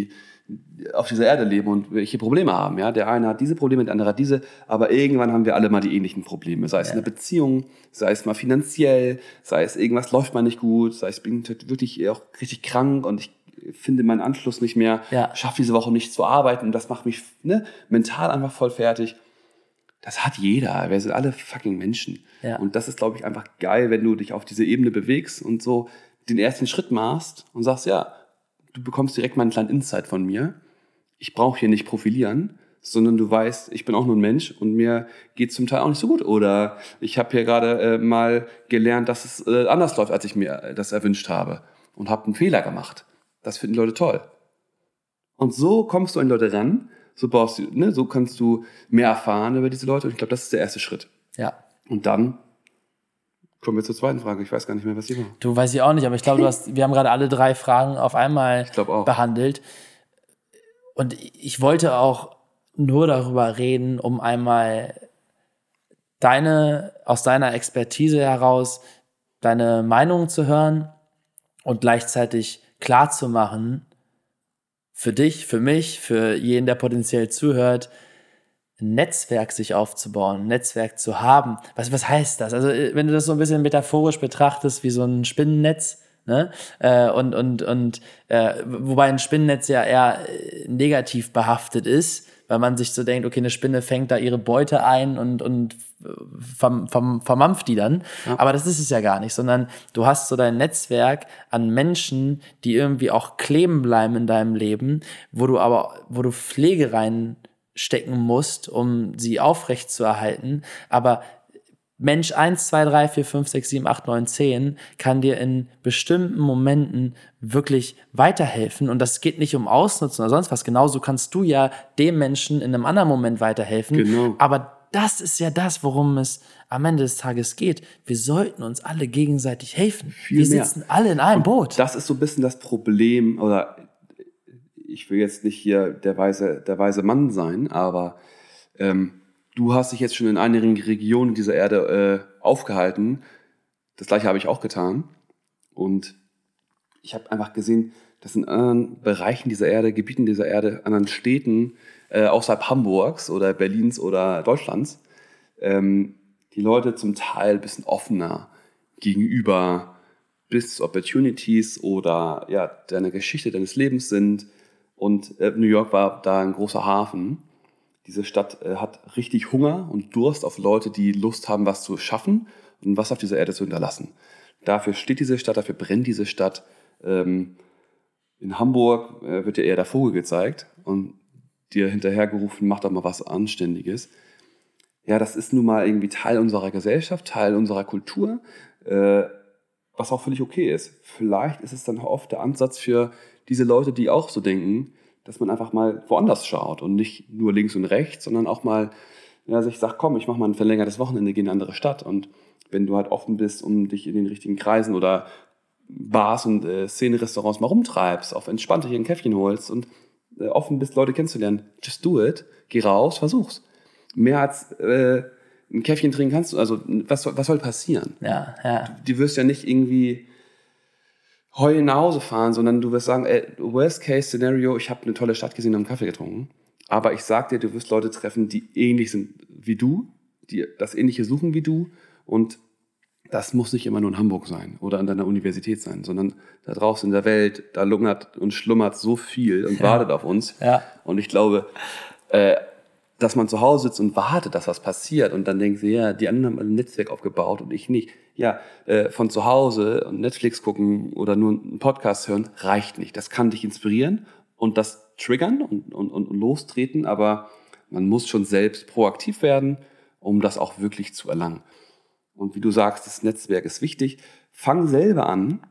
auf dieser Erde leben und welche Probleme haben. Ja? Der eine hat diese Probleme, der andere hat diese, aber irgendwann haben wir alle mal die ähnlichen Probleme. Sei es ja. in der Beziehung, sei es mal finanziell, sei es irgendwas läuft mal nicht gut, sei es bin ich wirklich auch richtig krank und ich finde meinen Anschluss nicht mehr, ja. schaffe diese Woche nicht zu arbeiten und das macht mich ne, mental einfach voll fertig. Das hat jeder. Wir sind alle fucking Menschen. Ja. Und das ist, glaube ich, einfach geil, wenn du dich auf diese Ebene bewegst und so den ersten Schritt machst und sagst, ja, du bekommst direkt mal einen kleinen Insight von mir. Ich brauche hier nicht profilieren, sondern du weißt, ich bin auch nur ein Mensch und mir geht es zum Teil auch nicht so gut. Oder ich habe hier gerade äh, mal gelernt, dass es äh, anders läuft, als ich mir das erwünscht habe und habe einen Fehler gemacht. Das finden die Leute toll. Und so kommst du an Leute ran, so baust du, ne, so kannst du mehr erfahren über diese Leute und ich glaube, das ist der erste Schritt. Ja. Und dann kommen wir zur zweiten Frage. Ich weiß gar nicht mehr, was sie war. Du weiß ich auch nicht, aber ich glaube, du hast, wir haben gerade alle drei Fragen auf einmal ich glaub auch. behandelt. Und ich wollte auch nur darüber reden, um einmal deine, aus deiner Expertise heraus, deine Meinung zu hören und gleichzeitig klar zu machen, für dich, für mich, für jeden, der potenziell zuhört, ein Netzwerk sich aufzubauen, ein Netzwerk zu haben. Was, was heißt das? Also wenn du das so ein bisschen metaphorisch betrachtest, wie so ein Spinnennetz, ne? Äh, und, und, und äh, wobei ein Spinnennetz ja eher negativ behaftet ist, weil man sich so denkt, okay, eine Spinne fängt da ihre Beute ein und, und verm, verm, vermampft die dann. Ja. Aber das ist es ja gar nicht, sondern du hast so dein Netzwerk an Menschen, die irgendwie auch kleben bleiben in deinem Leben, wo du aber, wo du Pflege reinstecken musst, um sie aufrecht zu erhalten. Aber Mensch eins, zwei, drei, vier, fünf, sechs, sieben, acht, neun, zehn kann dir in bestimmten Momenten wirklich weiterhelfen. Und das geht nicht um Ausnutzen oder sonst was. Genauso kannst du ja dem Menschen in einem anderen Moment weiterhelfen. Genau. Aber das ist ja das, worum es am Ende des Tages geht. Wir sollten uns alle gegenseitig helfen. Viel Wir mehr. sitzen alle in einem Und Boot. Das ist so ein bisschen das Problem, oder ich will jetzt nicht hier der weise, der weise Mann sein, aber ähm, du hast dich jetzt schon in einigen Regionen dieser Erde äh, aufgehalten. Das Gleiche habe ich auch getan. Und ich habe einfach gesehen, dass in anderen Bereichen dieser Erde, Gebieten dieser Erde, anderen Städten, äh, außerhalb Hamburgs oder Berlins oder Deutschlands, ähm, die Leute zum Teil ein bisschen offener gegenüber Business Opportunities oder ja, deiner Geschichte deines Lebens sind. Und äh, New York war da ein großer Hafen. Diese Stadt äh, hat richtig Hunger und Durst auf Leute, die Lust haben, was zu schaffen und was auf dieser Erde zu hinterlassen. Dafür steht diese Stadt, dafür brennt diese Stadt. Ähm, in Hamburg äh, wird dir eher der Vogel gezeigt und dir hinterhergerufen, mach doch mal was Anständiges. Ja, das ist nun mal irgendwie Teil unserer Gesellschaft, Teil unserer Kultur, äh, was auch völlig okay ist. Vielleicht ist es dann oft der Ansatz für diese Leute, die auch so denken, dass man einfach mal woanders schaut und nicht nur links und rechts, sondern auch mal ja, sich sagt, komm, ich mache mal ein verlängertes Wochenende, gehe in eine andere Stadt. Und wenn du halt offen bist und dich in den richtigen Kreisen oder Bars und äh, Szene-Restaurants mal rumtreibst, auf entspannte hier ein Käffchen holst und äh, offen bist, Leute kennenzulernen, just do it, geh raus, versuch's. Mehr als äh, ein Käffchen trinken kannst du, also was, was soll passieren? Ja, ja. Du, du wirst ja nicht irgendwie heulend nach Hause fahren, sondern du wirst sagen, ey, Worst-Case-Szenario, ich habe eine tolle Stadt gesehen und einen Kaffee getrunken. Aber ich sag dir, du wirst Leute treffen, die ähnlich sind wie du, die das Ähnliche suchen wie du. Und das muss nicht immer nur in Hamburg sein oder an deiner Universität sein, sondern da draußen in der Welt, da lungert und schlummert so viel und ja. wartet auf uns. Ja. Und ich glaube, äh, dass man zu Hause sitzt und wartet, dass was passiert und dann denkt sie, ja, die anderen haben ein Netzwerk aufgebaut und ich nicht. Ja, äh, von zu Hause und Netflix gucken oder nur einen Podcast hören, reicht nicht. Das kann dich inspirieren und das triggern und, und, und lostreten, aber man muss schon selbst proaktiv werden, um das auch wirklich zu erlangen. Und wie du sagst, das Netzwerk ist wichtig. Fang selber an,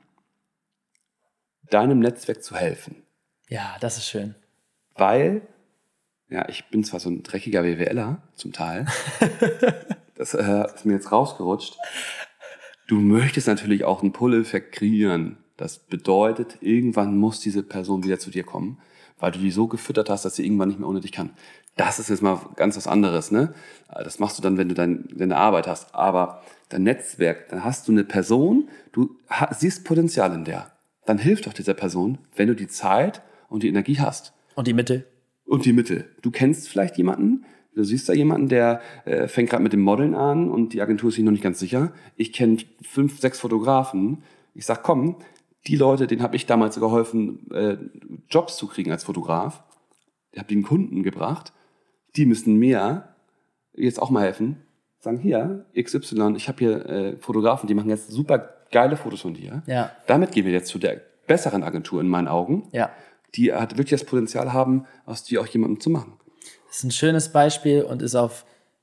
deinem Netzwerk zu helfen. Ja, das ist schön. Weil ja, ich bin zwar so ein dreckiger BWLer, zum Teil. Das äh, ist mir jetzt rausgerutscht. Du möchtest natürlich auch einen Pull-Effekt kreieren. Das bedeutet, irgendwann muss diese Person wieder zu dir kommen, weil du die so gefüttert hast, dass sie irgendwann nicht mehr ohne dich kann. Das ist jetzt mal ganz was anderes, ne? Das machst du dann, wenn du dein, deine Arbeit hast. Aber dein Netzwerk, dann hast du eine Person, du siehst Potenzial in der. Dann hilf doch dieser Person, wenn du die Zeit und die Energie hast. Und die Mittel? Und die Mittel. Du kennst vielleicht jemanden, du siehst da jemanden, der äh, fängt gerade mit dem Modeln an und die Agentur ist sich noch nicht ganz sicher. Ich kenne fünf, sechs Fotografen. Ich sag, komm, die Leute, denen habe ich damals geholfen, äh, Jobs zu kriegen als Fotograf. Ich habe den Kunden gebracht. Die müssen mir jetzt auch mal helfen. Sagen, hier, X Y, ich habe hier äh, Fotografen, die machen jetzt super geile Fotos von dir. Ja. Damit gehen wir jetzt zu der besseren Agentur in meinen Augen. Ja. Die hat wirklich das Potenzial haben, aus dir auch jemandem zu machen. Das ist ein schönes Beispiel und ist auf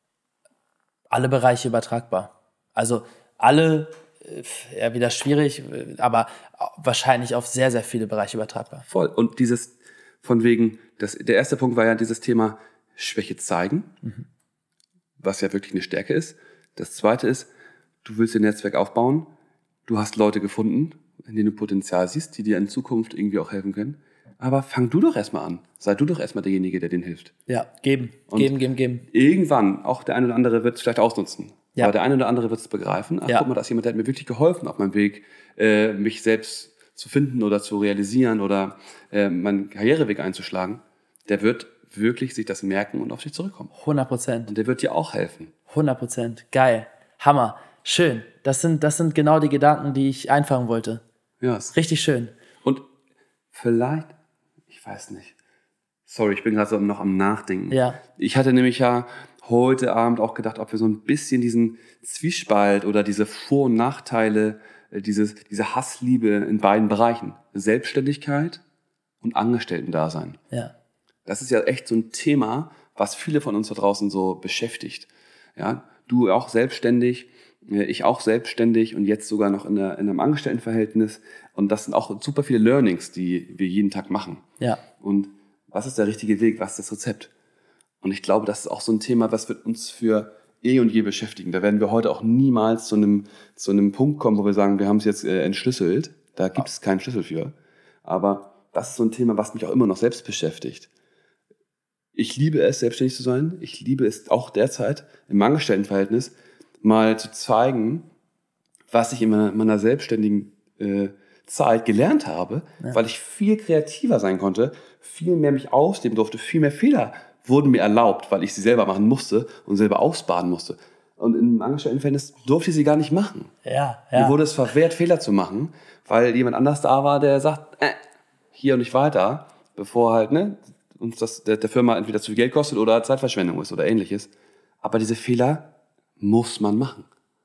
alle Bereiche übertragbar. Also alle, ja wieder schwierig, aber wahrscheinlich auf sehr, sehr viele Bereiche übertragbar. Voll. Und dieses von wegen, das, der erste Punkt war ja dieses Thema Schwäche zeigen, mhm. was ja wirklich eine Stärke ist. Das zweite ist, du willst dein Netzwerk aufbauen, du hast Leute gefunden, in denen du Potenzial siehst, die dir in Zukunft irgendwie auch helfen können. Aber fang du doch erstmal an. Sei du doch erstmal derjenige, der denen hilft. Ja, geben, und geben, geben, geben. Irgendwann, auch der eine oder andere wird es vielleicht ausnutzen. Ja. Aber der eine oder andere wird es begreifen. Ach, ja. guck mal, da ist jemand, der hat mir wirklich geholfen auf meinem Weg, äh, mich selbst zu finden oder zu realisieren oder äh, meinen Karriereweg einzuschlagen. Der wird wirklich sich das merken und auf dich zurückkommen. hundert Prozent. Und der wird dir auch helfen. hundert Prozent. Geil. Hammer. Schön. Das sind, das sind genau die Gedanken, die ich einfangen wollte. Ja. Richtig schön. Und vielleicht, ich weiß nicht. Sorry, ich bin gerade so noch am Nachdenken. Ja. Ich hatte nämlich ja heute Abend auch gedacht, ob wir so ein bisschen diesen Zwiespalt oder diese Vor- und Nachteile, dieses, diese Hassliebe in beiden Bereichen, Selbstständigkeit und Angestellten-Dasein. Ja. Das ist ja echt so ein Thema, was viele von uns da draußen so beschäftigt. Ja, du auch selbstständig, ich auch selbstständig und jetzt sogar noch in, einer, in einem Angestelltenverhältnis. Und das sind auch super viele Learnings, die wir jeden Tag machen. Ja. Und was ist der richtige Weg? Was ist das Rezept? Und ich glaube, das ist auch so ein Thema, was wird uns für eh und je beschäftigen. Da werden wir heute auch niemals zu einem, zu einem Punkt kommen, wo wir sagen, wir haben es jetzt äh, entschlüsselt. Da gibt es keinen Schlüssel für. Aber das ist so ein Thema, was mich auch immer noch selbst beschäftigt. Ich liebe es, selbstständig zu sein. Ich liebe es auch derzeit im Angestelltenverhältnis mal zu zeigen, was ich in meiner, meiner selbstständigen äh, Zeit gelernt habe, ja. weil ich viel kreativer sein konnte, viel mehr mich ausleben durfte, viel mehr Fehler wurden mir erlaubt, weil ich sie selber machen musste und selber ausbaden musste. Und im Angestelltenverhältnis durfte ich sie gar nicht machen. Ja, ja. Mir wurde es verwehrt, Fehler zu machen, weil jemand anders da war, der sagt, äh, hier und nicht weiter, bevor halt ne, uns das der, der Firma entweder zu viel Geld kostet oder Zeitverschwendung ist oder ähnliches. Aber diese Fehler muss man machen.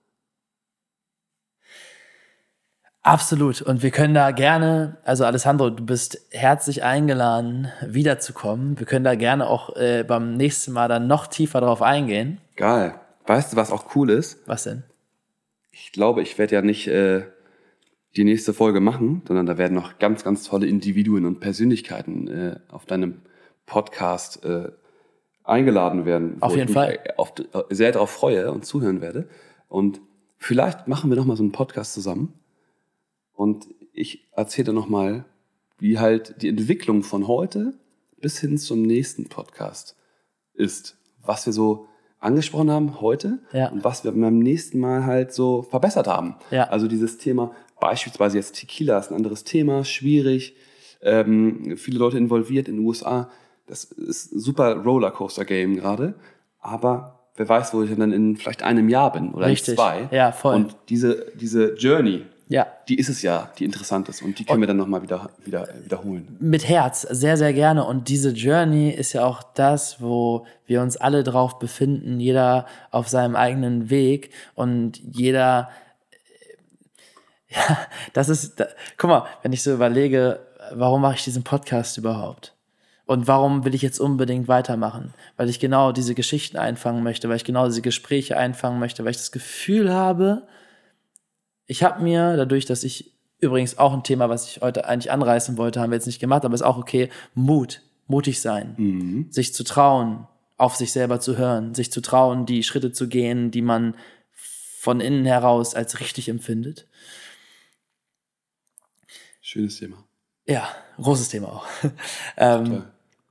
Absolut. Und wir können da gerne, also Alessandro, du bist herzlich eingeladen, wiederzukommen. Wir können da gerne auch äh, beim nächsten Mal dann noch tiefer drauf eingehen. Geil. Weißt du, was auch cool ist? Was denn? Ich glaube, ich werde ja nicht äh, die nächste Folge machen, sondern da werden noch ganz, ganz tolle Individuen und Persönlichkeiten äh, auf deinem Podcast äh, eingeladen werden. Auf jeden ich Fall. mich auf, sehr darauf freue und zuhören werde. Und vielleicht machen wir noch mal so einen Podcast zusammen. Und ich erzähle noch mal, wie halt die Entwicklung von heute bis hin zum nächsten Podcast ist. Was wir so angesprochen haben heute ja. und was wir beim nächsten Mal halt so verbessert haben. Ja. Also dieses Thema, beispielsweise jetzt Tequila ist ein anderes Thema, schwierig, ähm, viele Leute involviert in den U S A. Das ist ein super Rollercoaster-Game gerade, aber wer weiß, wo ich dann in vielleicht einem Jahr bin oder Richtig. in zwei. Ja, voll. Und diese, diese Journey, ja. die ist es ja, die interessant ist und die können und wir dann nochmal wieder, wieder wiederholen. Mit Herz, sehr, sehr gerne. Und diese Journey ist ja auch das, wo wir uns alle drauf befinden, jeder auf seinem eigenen Weg und jeder, ja, das ist, da, guck mal, wenn ich so überlege, warum mache ich diesen Podcast überhaupt? Und warum will ich jetzt unbedingt weitermachen? Weil ich genau diese Geschichten einfangen möchte, weil ich genau diese Gespräche einfangen möchte, weil ich das Gefühl habe, ich habe mir dadurch, dass ich übrigens auch ein Thema, was ich heute eigentlich anreißen wollte, haben wir jetzt nicht gemacht, aber ist auch okay, Mut, mutig sein, mhm. sich zu trauen, auf sich selber zu hören, sich zu trauen, die Schritte zu gehen, die man von innen heraus als richtig empfindet. Schönes Thema. Ja, großes Thema auch. ähm,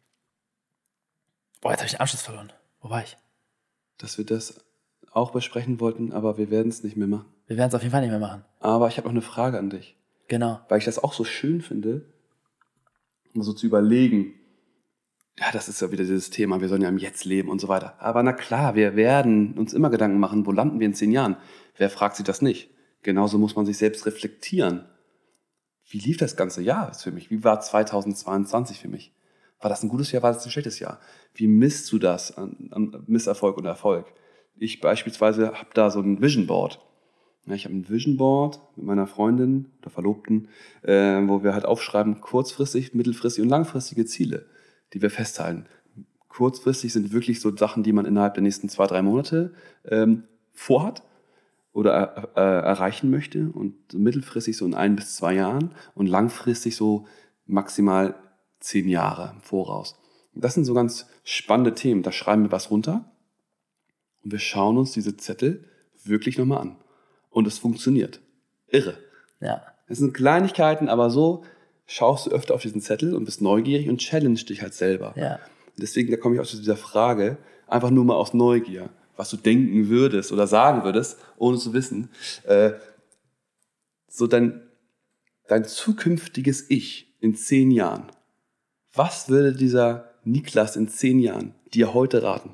boah, jetzt habe ich den Anschluss verloren. Wo war ich? Dass wir das auch besprechen wollten, aber wir werden es nicht mehr machen. Wir werden es auf jeden Fall nicht mehr machen. Aber ich habe noch eine Frage an dich. Genau. Weil ich das auch so schön finde, um so zu überlegen, ja, das ist ja wieder dieses Thema, wir sollen ja im Jetzt leben und so weiter. Aber na klar, wir werden uns immer Gedanken machen, wo landen wir in zehn Jahren? Wer fragt sich das nicht? Genauso muss man sich selbst reflektieren. Wie lief das ganze Jahr für mich? Wie war zweitausendzweiundzwanzig für mich? War das ein gutes Jahr, war das ein schlechtes Jahr? Wie misst du das an, an Misserfolg und Erfolg? Ich beispielsweise habe da so ein Vision Board. Ja, ich habe ein Vision Board mit meiner Freundin oder Verlobten, äh, wo wir halt aufschreiben, kurzfristig, mittelfristig und langfristige Ziele, die wir festhalten. Kurzfristig sind wirklich so Sachen, die man innerhalb der nächsten zwei, drei Monate ähm, vorhat oder äh, äh, erreichen möchte, und so mittelfristig so in ein bis zwei Jahren und langfristig so maximal zehn Jahre im Voraus. Das sind so ganz spannende Themen. Da schreiben wir was runter und wir schauen uns diese Zettel wirklich nochmal an. Und es funktioniert. Irre. Ja. Es sind Kleinigkeiten, aber so schaust du öfter auf diesen Zettel und bist neugierig und challenge dich halt selber. Ja. Deswegen, da komme ich auch zu dieser Frage, einfach nur mal aus Neugier, was du denken würdest oder sagen würdest, ohne zu wissen. Äh, so dein, dein zukünftiges Ich in zehn Jahren. Was würde dieser Niklas in zehn Jahren dir heute raten?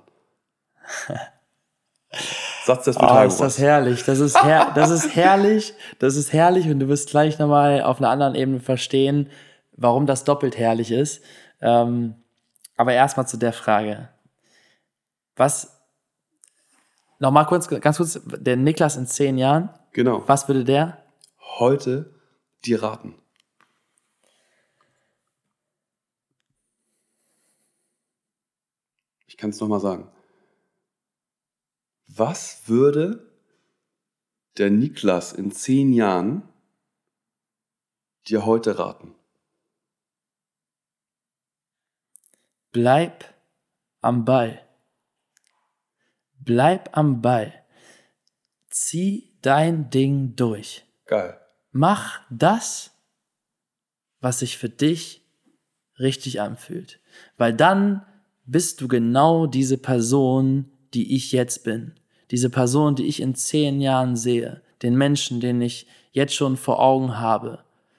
Satz des Oh, Pythagoras. ist das herrlich. Das ist, her- das ist herrlich. Das ist herrlich und du wirst gleich nochmal auf einer anderen Ebene verstehen, warum das doppelt herrlich ist. Ähm, aber erstmal zu der Frage. Was, nochmal kurz, ganz kurz, der Niklas in zehn Jahren, Genau. was würde der? Heute dir raten. Ich kann es nochmal sagen. Was würde der Niklas in zehn Jahren dir heute raten? Bleib am Ball. Bleib am Ball. Zieh dein Ding durch. Geil. Mach das, was sich für dich richtig anfühlt. Weil dann bist du genau diese Person, die ich jetzt bin. Diese Person, die ich in zehn Jahren sehe. Den Menschen, den ich jetzt schon vor Augen habe.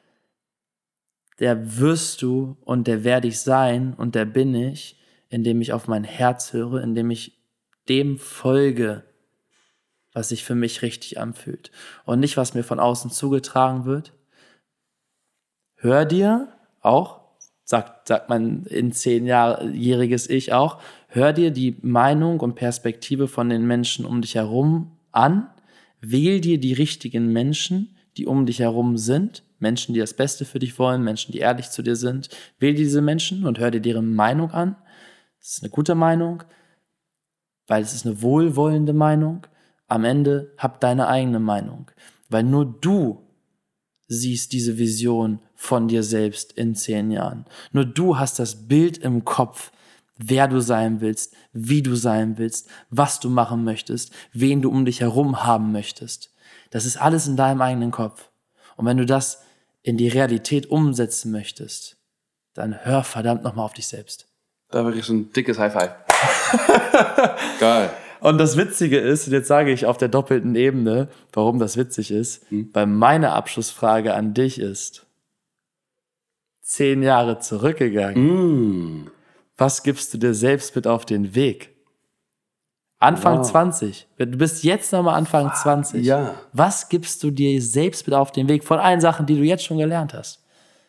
Der wirst du und der werde ich sein und der bin ich, indem ich auf mein Herz höre, indem ich dem folge, was sich für mich richtig anfühlt. Und nicht, was mir von außen zugetragen wird. Hör dir auch, sagt, sagt mein in zehnjähriges Ich auch, hör dir die Meinung und Perspektive von den Menschen um dich herum an, wähl dir die richtigen Menschen, die um dich herum sind, Menschen, die das Beste für dich wollen, Menschen, die ehrlich zu dir sind, wähl diese Menschen und hör dir deren Meinung an. Das ist eine gute Meinung, weil es ist eine wohlwollende Meinung. Am Ende hab deine eigene Meinung, weil nur du siehst diese Vision von dir selbst in zehn Jahren. Nur du hast das Bild im Kopf, wer du sein willst, wie du sein willst, was du machen möchtest, wen du um dich herum haben möchtest. Das ist alles in deinem eigenen Kopf. Und wenn du das in die Realität umsetzen möchtest, dann hör verdammt nochmal auf dich selbst. Da wirklich so ein dickes High Five. Geil. Und das Witzige ist, und jetzt sage ich auf der doppelten Ebene, warum das witzig ist, hm. weil meine Abschlussfrage an dich ist, zehn Jahre zurückgegangen, mm. was gibst du dir selbst mit auf den Weg? Anfang wow. zwanzig, du bist jetzt nochmal Anfang wow. zwanzig, ja. Was gibst du dir selbst mit auf den Weg von allen Sachen, die du jetzt schon gelernt hast?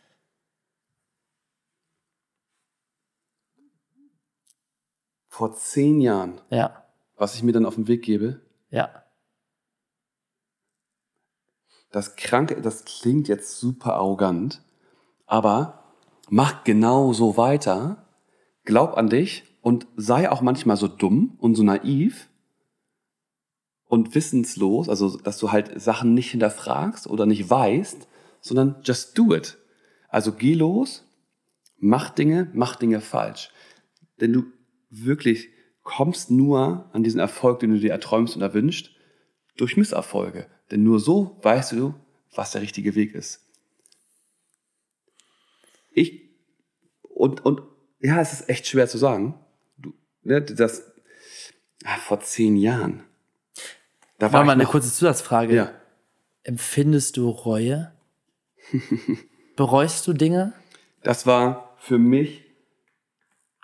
Vor zehn Jahren? Ja. Was ich mir dann auf den Weg gebe? Ja. Das Kranke, das klingt jetzt super arrogant, aber mach genau so weiter, glaub an dich und sei auch manchmal so dumm und so naiv und wissenslos, also dass du halt Sachen nicht hinterfragst oder nicht weißt, sondern just do it. Also geh los, mach Dinge, mach Dinge falsch. Denn du wirklich kommst nur an diesen Erfolg, den du dir erträumst und erwünscht, durch Misserfolge. Denn nur so weißt du, was der richtige Weg ist. Ich, und, und, ja, es ist echt schwer zu sagen. Du, ne, das, ah, vor zehn Jahren. Da war mal eine kurze Zusatzfrage. Ja. Empfindest du Reue? Bereust du Dinge? Das war für mich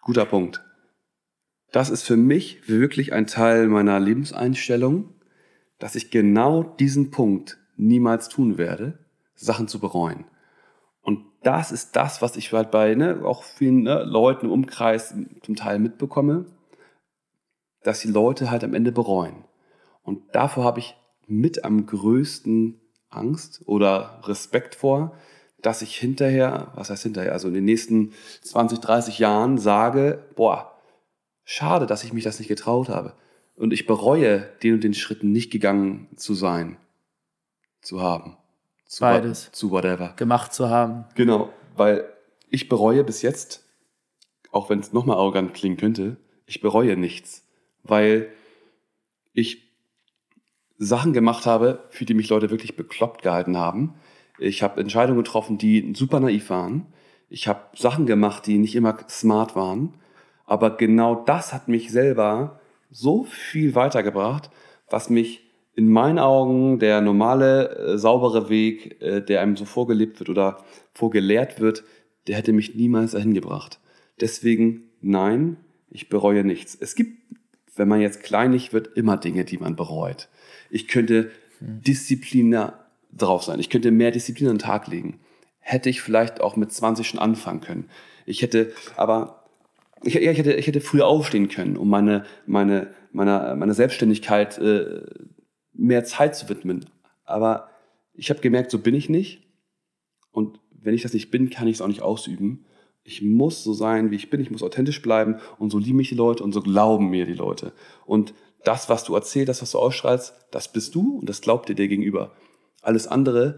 Guter Punkt. Das ist für mich wirklich ein Teil meiner Lebenseinstellung, dass ich genau diesen Punkt niemals tun werde, Sachen zu bereuen. Und das ist das, was ich halt bei ne, auch vielen ne, Leuten im Umkreis zum Teil mitbekomme, dass die Leute halt am Ende bereuen. Und davor habe ich mit am größten Angst oder Respekt vor, dass ich hinterher, was heißt hinterher, also in den nächsten zwanzig, dreißig Jahren sage, boah, schade, dass ich mich das nicht getraut habe. Und ich bereue, den und den Schritten nicht gegangen zu sein, zu haben. Zu Beides. Zu whatever. Gemacht zu haben. Genau, weil ich bereue bis jetzt, auch wenn es nochmal arrogant klingen könnte, ich bereue nichts. Weil ich Sachen gemacht habe, für die mich Leute wirklich bekloppt gehalten haben. Ich habe Entscheidungen getroffen, die super naiv waren. Ich habe Sachen gemacht, die nicht immer smart waren. Aber genau das hat mich selber so viel weitergebracht, was mich in meinen Augen der normale, äh, saubere Weg, äh, der einem so vorgelebt wird oder vorgelehrt wird, der hätte mich niemals dahin gebracht. Deswegen, nein, ich bereue nichts. Es gibt, wenn man jetzt kleinig wird, immer Dinge, die man bereut. Ich könnte Diszipliner drauf sein. Ich könnte mehr Disziplin an den Tag legen. Hätte ich vielleicht auch mit zwanzig schon anfangen können. Ich hätte, aber ich, ich, hätte, ich hätte früher aufstehen können, um meine, meine, meine, meine Selbstständigkeit äh, mehr Zeit zu widmen. Aber ich habe gemerkt, so bin ich nicht. Und wenn ich das nicht bin, kann ich es auch nicht ausüben. Ich muss so sein, wie ich bin. Ich muss authentisch bleiben. Und so lieben mich die Leute und so glauben mir die Leute. Und das, was du erzählst, das, was du ausstrahlst, das bist du und das glaubt dir der Gegenüber. Alles andere,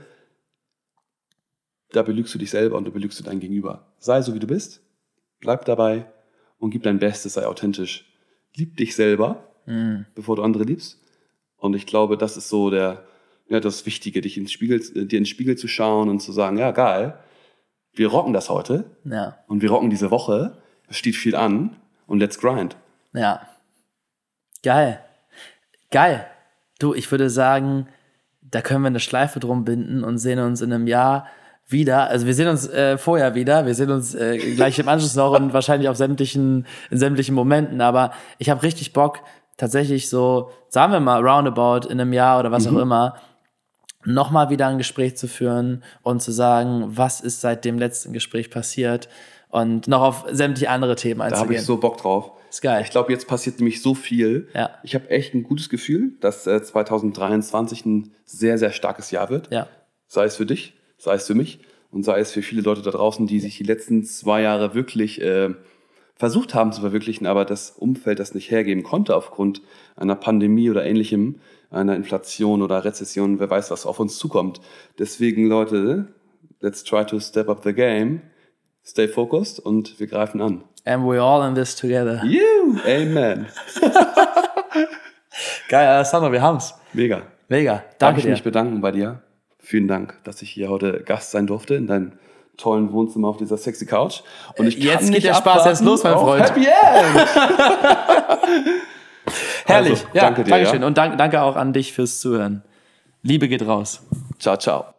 da belügst du dich selber und da belügst du dein Gegenüber. Sei so, wie du bist, bleib dabei und gib dein Bestes, sei authentisch. Lieb dich selber, mhm. bevor du andere liebst. Und ich glaube, das ist so der, ja, das Wichtige, dich ins Spiegel, dir in den Spiegel zu schauen und zu sagen, ja, geil, wir rocken das heute ja. und wir rocken diese Woche, es steht viel an und let's grind. Ja. Geil. Geil. Du, ich würde sagen, da können wir eine Schleife drum binden und sehen uns in einem Jahr wieder. Also wir sehen uns äh, vorher wieder, wir sehen uns äh, gleich im Anschluss noch und wahrscheinlich auf sämtlichen, in sämtlichen Momenten, aber ich habe richtig Bock, tatsächlich so, sagen wir mal, roundabout in einem Jahr oder was mhm. auch immer, nochmal wieder ein Gespräch zu führen und zu sagen, was ist seit dem letzten Gespräch passiert und noch auf sämtliche andere Themen einzugehen. Da habe ich so Bock drauf. Ist geil. Ich glaube, jetzt passiert nämlich so viel. Ja. Ich habe echt ein gutes Gefühl, dass äh, zwanzig dreiundzwanzig ein sehr, sehr starkes Jahr wird. Ja. Sei es für dich, sei es für mich und sei es für viele Leute da draußen, die sich die letzten zwei Jahre wirklich äh, versucht haben zu verwirklichen, aber das Umfeld das nicht hergeben konnte aufgrund einer Pandemie oder ähnlichem, einer Inflation oder Rezession, wer weiß, was auf uns zukommt. Deswegen, Leute, let's try to step up the game, stay focused und wir greifen an. And we're all in this together. You, amen. Geil, Alessandro, wir haben's. Mega. Mega, danke Darf ich dir. mich bedanken bei dir. Vielen Dank, dass ich hier heute Gast sein durfte in deinem tollen Wohnzimmer auf dieser sexy Couch. Und ich jetzt kann geht nicht der Spaß erst los, mein Freund. Happy End! Herrlich. Also, ja, danke dir. Dankeschön. Ja? Und danke, danke auch an dich fürs Zuhören. Liebe geht raus. Ciao, ciao.